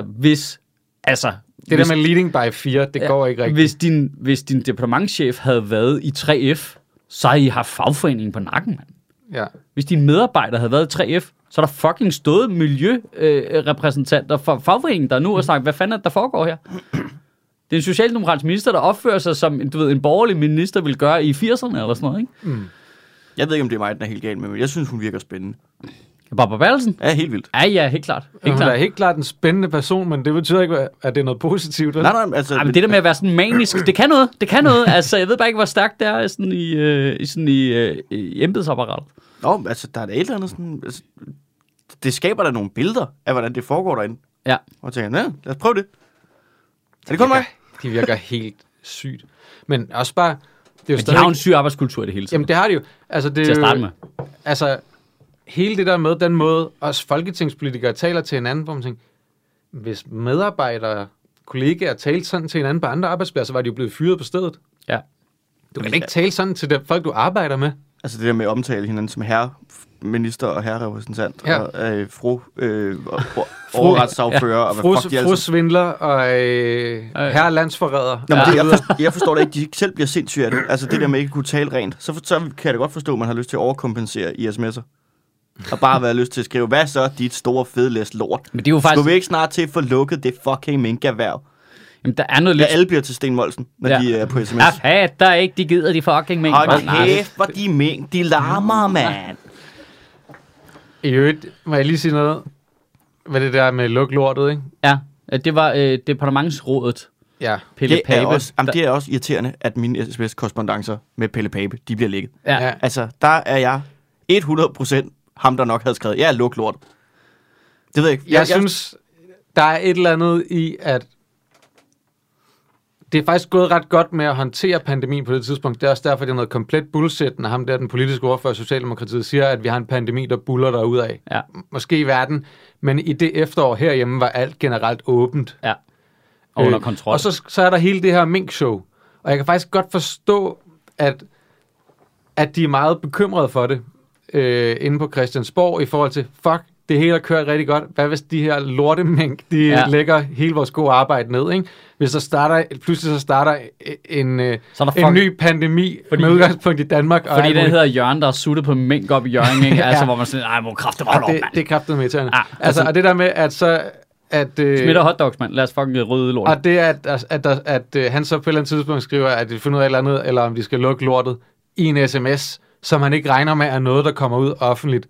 det der med leading by fear, det går ikke rigtigt. Hvis din departementschef havde været i 3F, så havde I haft fagforeningen på nakken, mand. Ja. Hvis din medarbejder havde været i 3F, så er der fucking stået miljørepræsentanter for fagforeningen, der nu har sagt, hvad fanden er det, der foregår her? Det er en socialdemokratisk minister, der opfører sig som en borgerlig minister ville gøre i 80'erne eller sådan noget, ikke? Mm. Jeg ved ikke, om det er mig, den er helt galt med, men jeg synes, hun virker spændende. Barbara Bertelsen? Ja, helt vildt. Ja, helt klart. Hun er helt klart en spændende person, men det betyder ikke, at det er noget positivt. Eller? Nej, altså... men det der med at være sådan manisk, det kan noget. Altså, jeg ved bare ikke, hvor stærkt det er sådan i embedsapparatet. Nå, altså, der er et eller andet sådan... Altså, det skaber da nogle billeder af, hvordan det foregår derinde. Ja. Og tænker, lad os prøve det. Er det kun mig? De virker helt sygt. Men også bare... Det er jo de har jo en syg arbejdskultur i det hele tiden. Jamen, det har de jo. Altså, det til at starte med. Altså, hele det der med, den måde, os folketingspolitikere taler til hinanden, hvor man tænker, hvis medarbejdere, kollegaer talte sådan til hinanden på andre arbejdspladser, var de jo blevet fyret på stedet. Ja. Du kan ikke tale sådan til de folk, du arbejder med. Altså det der med at omtale hinanden som herreminister og herrerepræsentant, og fru overretssagfører, og hvad fuck de fru svindler og herre landsforræder. Nå, jeg forstår da ikke, de selv bliver sindssyge af det. Altså det der med ikke at kunne tale rent. Så kan jeg da godt forstå, at man har lyst til at overkompensere i sms'er. Og bare være lyst til at skrive, hvad så dit store fede læs lort? Men det er jo faktisk... Skulle vi ikke snart til at få lukket det fucking minkerhverv? Jamen, der er noget lidt... alle bliver til Sten Molsen, når de er på sms. Der er ikke, de gider de fucking mink. Hold kæft, hvor de mink, de larmer, mand. I øvrigt, må jeg lige sige noget? Hvad det der med luk lortet, ikke? Ja, det var departementsrådet. Ja. Pelle Pape. Det er også irriterende, at mine sms-korrespondancer med Pelle Pape, de bliver lækket. Ja. Altså, der er jeg 100% ham, der nok havde skrevet, jeg er luk lort. Det ved jeg ikke. Jeg synes, der er et eller andet i, at det er faktisk gået ret godt med at håndtere pandemien på det tidspunkt. Det er også derfor, det er noget komplet bullshit, når ham der, den politiske ordfører for Socialdemokratiet, siger, at vi har en pandemi, der buller derudad. Ja. Måske i verden, men i det efterår herhjemme var alt generelt åbent. Ja. Og under kontrol. Og så er der hele det her mink-show. Og jeg kan faktisk godt forstå, at de er meget bekymrede for det inde på Christiansborg i forhold til, det hele kører rigtig godt. Hvad hvis de her lortemængd, de lægger hele vores gode arbejde ned, ikke? Hvis der pludselig starter en ny pandemi med udgangspunkt i Danmark. Fordi den hedder Jørgen, der er suttet på mink op i Jørgen, ikke? Altså, hvor man sådan, ej, må kræfte mig op, mand. Det er kraftigt med tæerne. Altså, og det der med, at så... Smitter hotdogs, mand. Lad os fucking rydde lort. Og det at han så på et eller andet tidspunkt skriver, at de finder ud af et eller andet, eller om de skal lukke lortet i en sms, som han ikke regner med er noget, der kommer ud offentligt.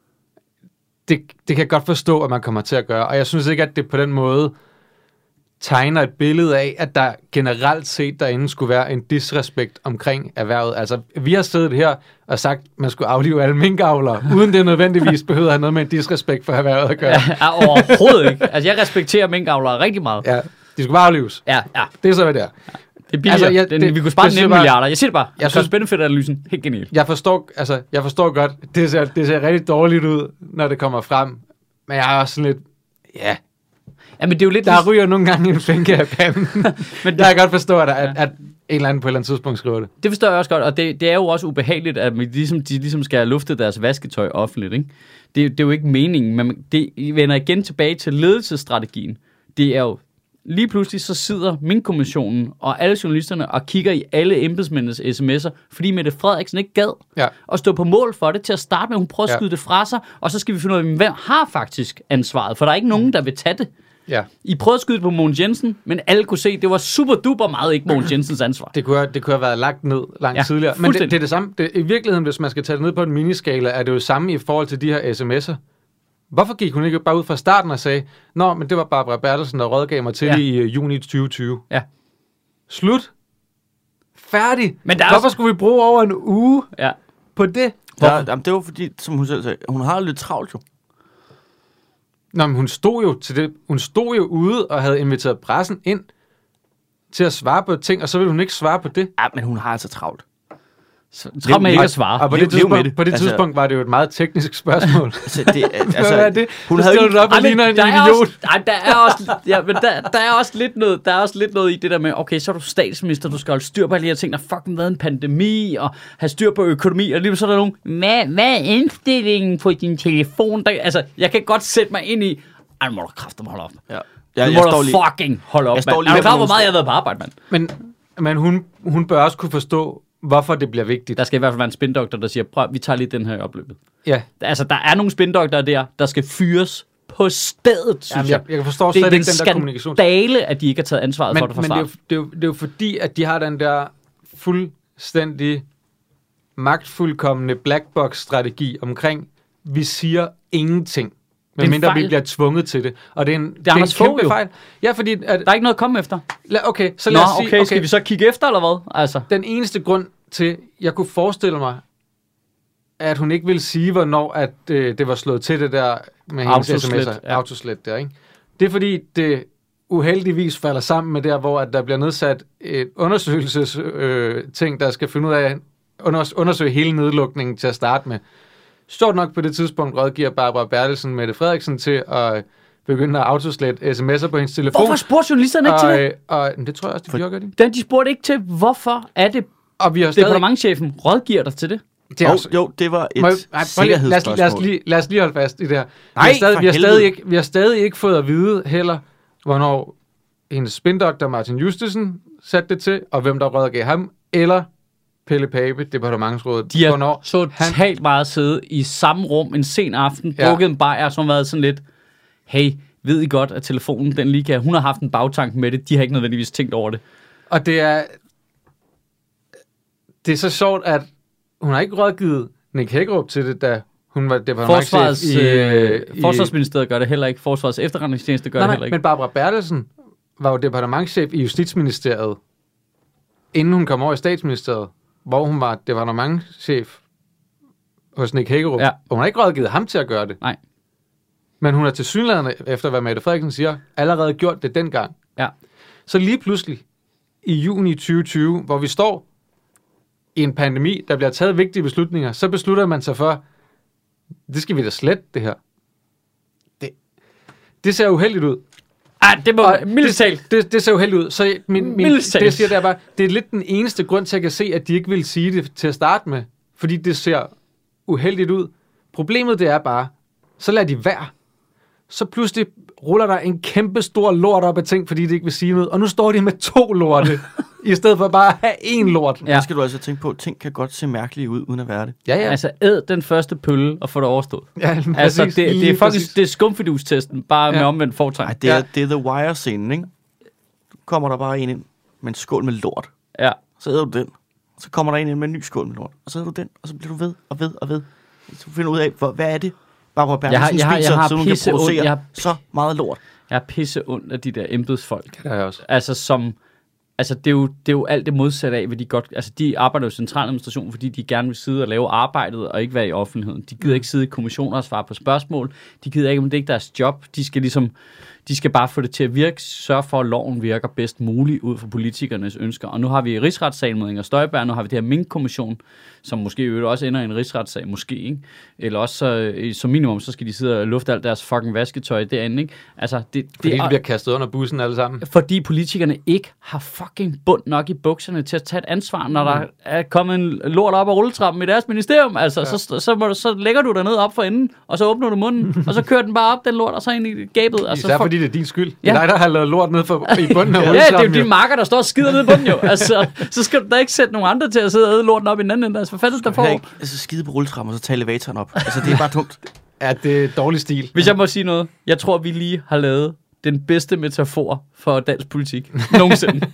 Det kan jeg godt forstå, at man kommer til at gøre. Og jeg synes ikke, at det på den måde tegner et billede af, at der generelt set derinde skulle være en disrespekt omkring erhvervet. Altså, vi har siddet her og sagt, at man skulle aflive alle minkavlere, uden det nødvendigvis behøver at have noget med en disrespekt for erhvervet at gøre. Ja, overhovedet ikke. Altså, jeg respekterer minkavlere rigtig meget. Ja, de skulle bare aflives. Ja. Det er så, hvad det er. Det er billigere. Altså, vi kunne spare 19 milliarder. Jeg siger det bare. Jeg synes, benefit-analysen. Helt genial. Jeg forstår godt, det ser rigtig dårligt ud, når det kommer frem. Men jeg er også sådan lidt, ja, men det er jo lidt... Der ryger nogle gange en finke af panden. Men der kan jeg godt forstå, at en eller anden på et eller andet tidspunkt skriver det. Det forstår jeg også godt, og det er jo også ubehageligt, at de ligesom skal lufte deres vasketøj offentligt, ikke? Det er jo ikke meningen, men det vender igen tilbage til ledelsesstrategien. Det er jo... Lige pludselig så sidder Mink-kommissionen og alle journalisterne og kigger i alle embedsmændenes sms'er, fordi Mette Frederiksen ikke gad at stå på mål for det til at starte med. Hun prøver at skyde det fra sig, og så skal vi finde ud af, hvem har faktisk ansvaret, for der er ikke nogen, der vil tage det. Ja. I prøvede at skyde på Mogens Jensen, men alle kunne se, at det var super duper meget ikke Mogens Jensens ansvar. Det kunne have været lagt ned langt tidligere. Men det er det samme. I virkeligheden, hvis man skal tage det ned på en miniskala, er det jo samme i forhold til de her sms'er. Hvorfor gik hun ikke bare ud fra starten og sagde, nå, men det var Barbara Bertelsen, der rådgav mig til i juni 2020. Ja. Slut. Færdig. Men hvorfor skulle vi bruge over en uge på det? Jamen, det var fordi, som hun selv sagde, hun har lidt travlt jo. Nå, men hun stod jo til det. Hun stod jo ude og havde inviteret pressen ind til at svare på ting, og så ville hun ikke svare på det. Ja, men hun har altså travlt. Travlt med ikke at svare. Og på det tidspunkt var det jo et meget teknisk spørgsmål. Hvad er det? Hun havde ikke... op og ligner en idiot. Der er også lidt noget i det der med, okay, så er du statsminister, du skal holde styr på alle de her ting, der fucking været en pandemi, og have styr på økonomi, og lige så er der nogen, hvad er indstillingen på din telefon? Altså, jeg kan godt sætte mig ind i, nu må du kræfte mig holde op. Ja. Du må da fucking holde op, mand. Jeg er klar, hvor meget jeg har været på arbejde, mand. Men hun bør også kunne forstå, hvorfor det bliver vigtigt. Der skal i hvert fald være en spindoktor, der siger, prøv, vi tager lige den her i opløbet. Ja. Altså, der er nogle spindoktorer der skal fyres på stedet, synes jeg. Jeg forstår slet ikke den der kommunikation. Det er en skandale, at de ikke har taget ansvaret for det fra start. Men det er jo fordi, at de har den der fuldstændig magtfuldkommende blackbox-strategi omkring, vi siger ingenting, medmindre vi bliver tvunget til det. Og det er en kæmpe fejl. Ja, fordi... Der er ikke noget at komme efter. Okay, så lad os sige... Okay, skal vi så kigge efter, eller hvad? Altså. Den eneste grund til, jeg kunne forestille mig, at hun ikke ville sige, hvornår at, det var slået til det der med hendes sms'er. Autoslet der, ikke? Det er fordi, det uheldigvis falder sammen med der, hvor at der bliver nedsat et undersøgelsesting, der skal finde ud af undersøge hele nedlukningen til at starte med. Stort nok på det tidspunkt rådgiver Barbara Bertelsen Mette Frederiksen til at begynde at autoslette sms'er på hendes telefon. Hvorfor spurgte journalisterne ikke til det? Og det tror jeg også, de gjorde de. De spurgte ikke til, hvorfor er det, og vi har departementschefen rådgiver dig til det? Det var et sikkerhedsspørgsmål. Lad os lige holde fast i det her. Vi har stadig ikke fået at vide heller, hvornår hendes spindoktor Martin Justesen satte det til, og hvem der rådgav ham, eller Pelle Pape, departementsrådet. De har totalt meget siddet i samme rum en sen aften, drukket en bajer, som har været sådan lidt, hey, ved I godt, at telefonen, den lige kan, hun har haft en bagtank med det, de har ikke nødvendigvis tænkt over det. Og det er så sjovt, at hun har ikke rådgivet Nick Hækkerup til det, da hun var departementschef Forsvarsministeriet gør det heller ikke, Forsvarets efterretningstjeneste gør det heller ikke. Men Barbara Bertelsen var jo departementschef i Justitsministeriet, inden hun kom over i Statsministeriet, hvor hun var departementschef hos Nick Hækkerup. Ja. Og hun har ikke rådgivet ham til at gøre det. Nej. Men hun har tilsyneladende, efter hvad Mette Frederiksen siger, allerede gjort det dengang. Ja. Så lige pludselig, i juni 2020, hvor vi står i en pandemi, der bliver taget vigtige beslutninger, så beslutter man sig for, det skal vi da slette, det her. Det ser uheldigt ud. Det må det ser uheldigt ud. Så det siger der bare, det er lidt den eneste grund til, at jeg kan se, at de ikke vil sige det til at starte med. Fordi det ser uheldigt ud. Problemet det er bare, Så lader de være. Så pludselig ruller der en kæmpe stor lort op af ting, fordi de ikke vil sige noget. Og nu står de med 2 lorte, i stedet for bare at have 1 lort. Ja. Der skal du altså tænke på, at ting kan godt se mærkelige ud, uden at være det. Ja. Altså, æd den første pølle og få det overstået. Ja, altså, det er faktisk det er skumfidustesten, bare med omvendt fortegn. Ej, det er The Wire-scenen, ikke? Du kommer der bare en ind med en skål med lort. Ja. Så æder du den. Så kommer der en ind med en ny skål med lort. Og så æder du den, og så bliver du ved og ved og ved. Så finder ud af, hvad er det? Bare hvor jeg har så du kan producere så meget lort. Jeg har pisse ondt af de der embedsfolk. Det er jeg også. Altså, det er jo alt det modsatte af, hvad de godt... Altså, de arbejder jo i centraladministration, fordi de gerne vil sidde og lave arbejdet, og ikke være i offentligheden. De gider ikke sidde i kommissioner og svare på spørgsmål. De gider ikke, om det ikke er deres job. De skal bare få det til at virke, sørge for, at loven virker bedst muligt ud fra politikernes ønsker. Og nu har vi rigsretssagen mod Inger Støjberg, nu har vi det her Mink-kommission, som måske også ender i en rigsretssag, måske, ikke? Eller også som minimum, så skal de sidde og lufte alt deres fucking vasketøj derinde, ikke? Altså, fordi de bliver kastet under bussen alle sammen. Fordi politikerne ikke har fucking bund nok i bukserne til at tage et ansvar, når der er kommet en lort op ad rulletrappen i deres ministerium. Altså, så lægger du dig ned op for enden, og så åbner du munden, og så kører den bare op, den lort, og så ind i gabet. Altså, især fordi det er din skyld. Det er dig, der har lavet lort ned i bunden af rulletrappen. Ja, det er jo de marker, der står og skider ned i bunden jo. Altså, så skal du da ikke sætte nogen andre til at sidde og æde lorten op i den anden ende. Altså, hvad fanden der får? Altså, skide på rulletrappen, og så tage elevatoren op. Altså, det er bare dumt. Ja, det er dårlig stil. Hvis jeg må sige noget, jeg tror, vi lige har lavet den bedste metafor for dansk politik nogensinde.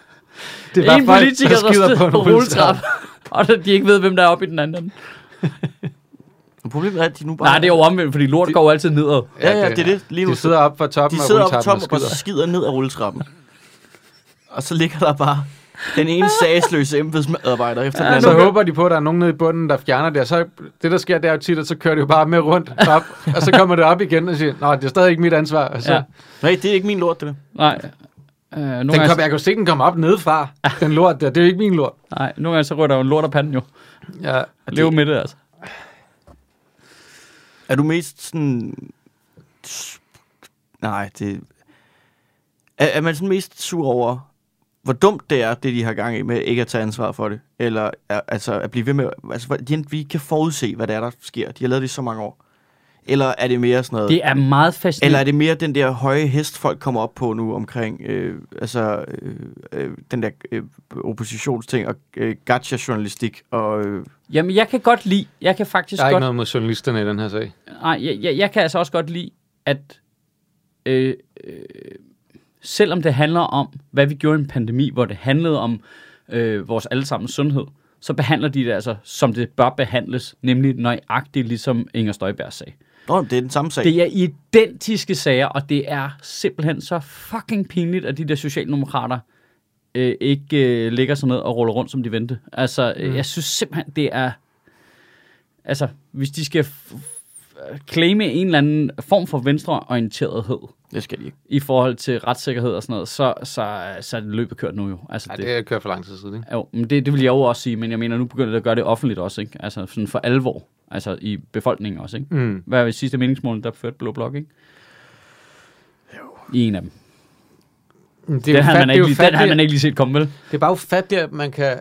Det er en politiker, der skider på rulletrappen, og de ikke ved, hvem der er oppe i den anden. Problemet er, at de nu bare... Nej, det er jo omvendt, fordi lort går altid nedad. Ja, det er det. Lige nu. De sidder op for toppen af rulletrappen. De sidder op på toppen og skider ned af rulletrappen. Og så ligger der bare den ene sagsløse embedsmedarbejder efter den anden. Så håber de på, at der er nogen nede i bunden, der fjerner det. Og så det, der sker, det er jo tit, at så kører det jo bare med rundt op. Og så kommer det op igen og siger, nå, det er stadig ikke mit ansvar. Og så... Ja. Nej, det er ikke min lort, det der. Nej. Jeg kan jo se, den kommer op nedefra. Den lort der, det er jo ikke min lort. Nej, nogle gange så rører der jo en lort af panden jo. Ja. Lev med det, altså. Er du mest sådan... Nej, det... Er man sådan mest sur over, hvor dumt det er, det de har gang i med ikke at tage ansvar for det? Eller at blive ved med... Altså, vi kan forudse, hvad det er, der sker. De har lavet det i så mange år. Eller er det mere sådan noget... Det er meget fascinerende. Eller er det mere den der høje hest, folk kommer op på nu omkring den der oppositionsting og gacha-journalistik og... Jamen, jeg kan godt lide... Jeg kan faktisk der er ikke noget mod journalisterne i den her sag. Nej, jeg kan altså også godt lide, at selvom det handler om, hvad vi gjorde i en pandemi, hvor det handlede om vores allesammens sundhed, så behandler de det altså, som det bør behandles, nemlig nøjagtigt ligesom Inger Støjberg sag. Nå, det er den samme sag. Det er identiske sager, og det er simpelthen så fucking pinligt, at de der socialdemokrater ikke ligger sådan ned og ruller rundt, som de ventede. Altså, jeg synes simpelthen, det er... Altså, hvis de skal claime en eller anden form for venstreorienterethed, det skal de ikke. I forhold til retssikkerhed og sådan noget, så er det løbet kørt nu jo. Altså, ja, det er kørt for lang tid siden, ikke? Jo, men det vil jeg jo også sige, men jeg mener, nu begynder det at gøre det offentligt også, ikke? Altså sådan for alvor, altså i befolkningen også, ikke? Mm. Hvad er det sidste meningsmål, der førte Blå Blok, ikke? Jo. I en af dem. Den havde man ikke lige set komme, vel? Det er bare ufatteligt, at man kan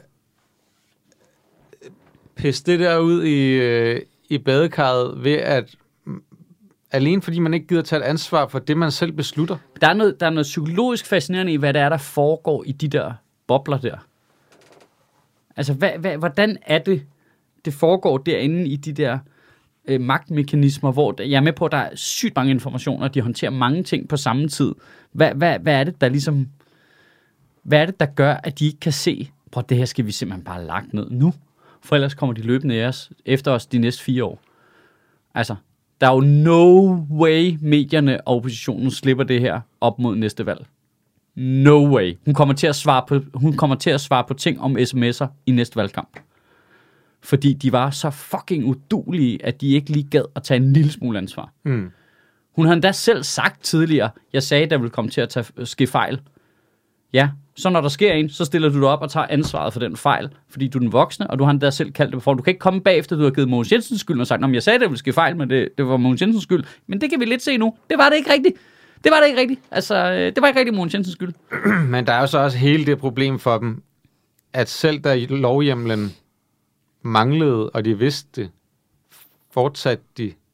pisse det der ud i badekarret ved at alene fordi man ikke gider tage et ansvar for det, man selv beslutter. Der er noget psykologisk fascinerende i, hvad det er, der foregår i de der bobler der. Altså, hvordan er det foregår derinde i de der magtmekanismer, hvor jeg er med på, at der er sygt mange informationer, de håndterer mange ting på samme tid. Hvad er det, der ligesom... Hvad er det, der gør, at de ikke kan se, prøv, det her skal vi simpelthen bare lagt ned nu, for ellers kommer de løbende efter os de næste 4 år. Altså, der er jo no way, medierne og oppositionen slipper det her op mod næste valg. No way. Hun kommer til at svare på ting om sms'er i næste valgkamp. Fordi de var så fucking udulige, at de ikke lige gad at tage en lille smule ansvar. Mm. Hun havde endda selv sagt tidligere, jeg sagde, der ville komme til at ske fejl. Ja, så når der sker en, så stiller du dig op og tager ansvaret for den fejl, fordi du er den voksne, og du har endda selv kaldt det for. Du kan ikke komme bagefter, du har givet Mogens Jensen skyld og sagt, jeg sagde, der ville ske fejl, men det var Mogens Jensens skyld. Men det kan vi lidt se nu. Det var det ikke rigtigt. Altså, det var ikke rigtigt Mogens Jensens skyld. Men der er jo så også hele det problem for dem, at selv da lovhjemlen manglede, og de vidste det, fortsatte de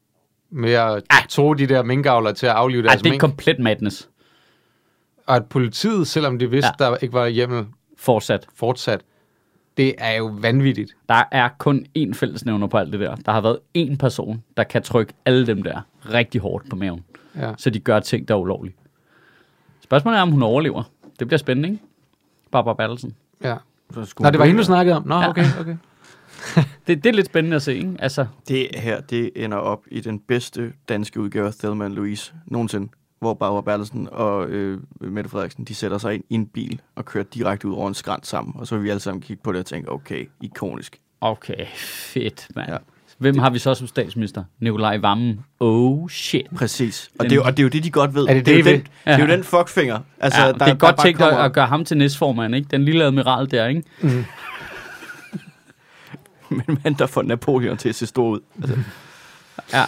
med at tro de der minkavlere til at aflive deres mink. Det er komplet madness. Og at politiet, selvom de vidste, der ikke var hjemmel fortsat, det er jo vanvittigt. Der er kun én fællesnævner på alt det der. Der har været én person, der kan trykke alle dem der rigtig hårdt på maven. Ja. Så de gør ting, der er ulovlige. Spørgsmålet er, om hun overlever. Det bliver spændende, ikke? Barbara Bertelsen. Ja. Nå, det var hende, du snakkede om. Nå, ja. Okay. Det er lidt spændende at se, ikke? Altså. Det ender op i den bedste danske udgave af Thelma & Louise nogensinde, hvor Barbara Bertelsen og Mette Frederiksen, de sætter sig ind i en bil og kører direkte ud over en skrant sammen. Og så vil vi alle sammen kigge på det og tænke, okay, ikonisk. Okay, fedt, mand. Ja. Hvem har vi så som statsminister? Nikolaj Wammen. Oh, shit. Præcis. Og det er jo det, de godt ved. Er det er jo den fuckfinger. Altså, det er godt tænkt at gøre ham til næstformand, ikke? Den lille admiral der, ikke? Mm. Men mand, der får Napoleon til at se stor ud. Altså. Ja.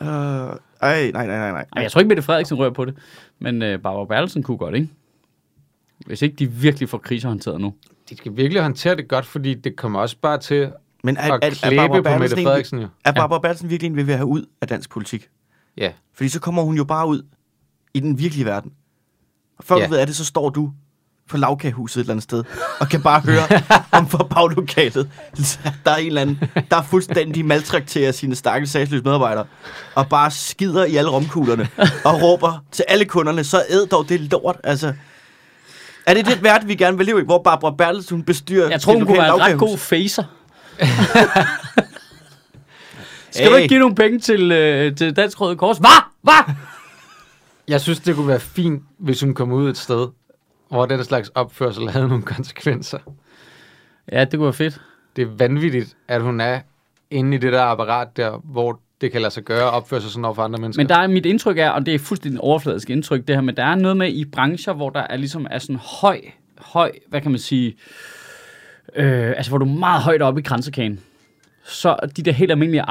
Nej. Jeg tror ikke, Mette Frederiksen rører på det. Men Barbara Bertelsen kunne godt, ikke? Hvis ikke de virkelig får krisehåndteret nu. De skal virkelig håndtere det godt, fordi det kommer også bare til at klæbe på Mette Frederiksen. Jo. Er Barbara Bertelsen virkelig en vil have ud af dansk politik? Ja. Fordi så kommer hun jo bare ud i den virkelige verden. Og før du ved af det, så står du på lavkagehuset et eller andet sted, og kan bare høre om for baglokalet. Der er en eller anden, der fuldstændig maltrakterer sine stakkels sagsløse medarbejdere, og bare skider i alle romkuglerne, og råber til alle kunderne, så æd dog det lort, altså. Er det det verden, vi gerne vil leve i, hvor Barbara Bertelsen bestyrer? Jeg tror, hun kunne være en ret god facer. Skal du ikke give nogle penge til Dansk Røde Kors? Hvad? Jeg synes, det kunne være fint, hvis hun kom ud et sted, hvor den slags opførsel havde nogle konsekvenser. Ja, det kunne være fedt. Det er vanvittigt, at hun er inde i det der apparat der, hvor det kan lade sig gøre at opføre sig sådan over for andre mennesker. Men der er mit indtryk er, og det er fuldstændig overfladisk indtryk, det her, men der er noget med i brancher, hvor der er ligesom er sådan høj, hvad kan man sige, altså hvor du er meget højt oppe i kransekagen. Så de der helt almindelige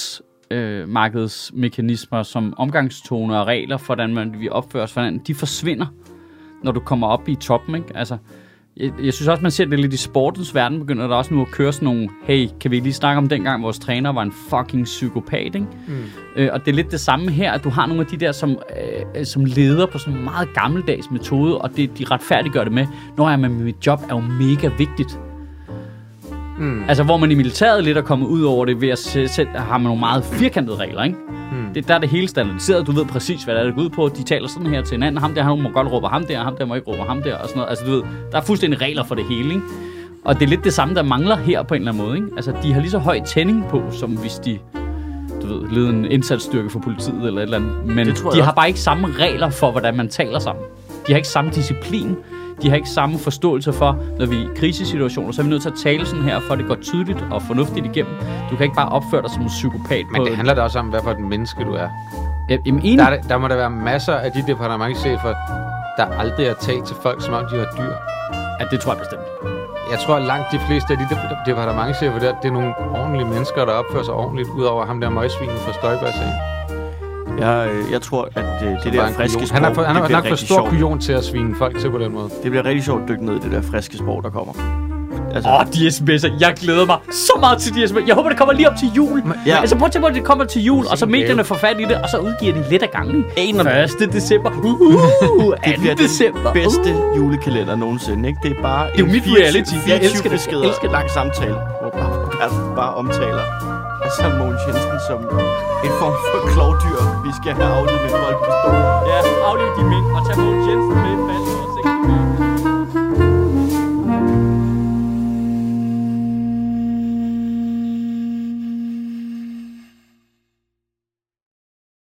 arbejdsmarkedsmekanismer, som omgangstoner og regler for, hvordan vi opfører os for hinanden, de forsvinder, når du kommer op i toppen, ikke? Altså, jeg synes også, man ser det lidt i sportens verden, begynder der også nu at køre sådan nogle, hey, kan vi lige snakke om dengang, vores træner var en fucking psykopat, ikke? Og det er lidt det samme her, at du har nogle af de der, som leder på sådan en meget gammeldags metode, og de retfærdiggør det med, når jeg med mit job er jo mega vigtigt. Altså, hvor man i militæret lidt er kommet ud over det ved at har man nogle meget firkantede regler, ikke? Der er det hele standardiseret, du ved præcis, hvad det går ud på. De taler sådan her til hinanden. Ham der, han må godt råbe ham der, ham der må ikke råbe ham der, og sådan noget. Altså, du ved, der er fuldstændig regler for det hele, ikke? Og det er lidt det samme, der mangler her på en eller anden måde, ikke? Altså, de har lige så høj tænding på, som hvis de, du ved, leder en indsatsstyrke for politiet eller et eller andet. Men de har bare ikke samme regler for, hvordan man taler sammen. De har ikke samme disciplin. De har ikke samme forståelse for, når vi er i krisesituationer, så er vi nødt til at tale sådan her, for det går tydeligt og fornuftigt igennem. Du kan ikke bare opføre dig som en psykopat. Men det handler da også om, hvad for et menneske du er. Der må der være masser af de departementschefer, der aldrig har talt til folk, som om de har dyr. Ja, det tror jeg bestemt. Jeg tror, at langt de fleste af de departementschefer der, det er nogle ordentlige mennesker, der opfører sig ordentligt, udover ham der møgsvinen fra Støjberg-sagen. Jeg tror, at det der friske sprog, han har nok for stor kujon til at svine folk til på den måde. Det bliver rigtig sjovt at dykke ned i det der friske sprog, der kommer. Altså. De sms'er. Jeg glæder mig så meget til de sms'er. Jeg håber, det kommer lige op til jul. Ja. Altså prøv at tænke på, at det kommer til jul, og så medierne får fat i det, og så udgiver de lidt af gangen. 1. december. 2. december. Det bedste julekalender nogensinde, ikke? Det er bare det er mit reality. Jeg elsker det. Jeg elsker lang samtale, hvor bare omtaler altså Mogens Jensen som en form for klovdyr, vi skal have aflivet med en voldpistol. Ja, aflivet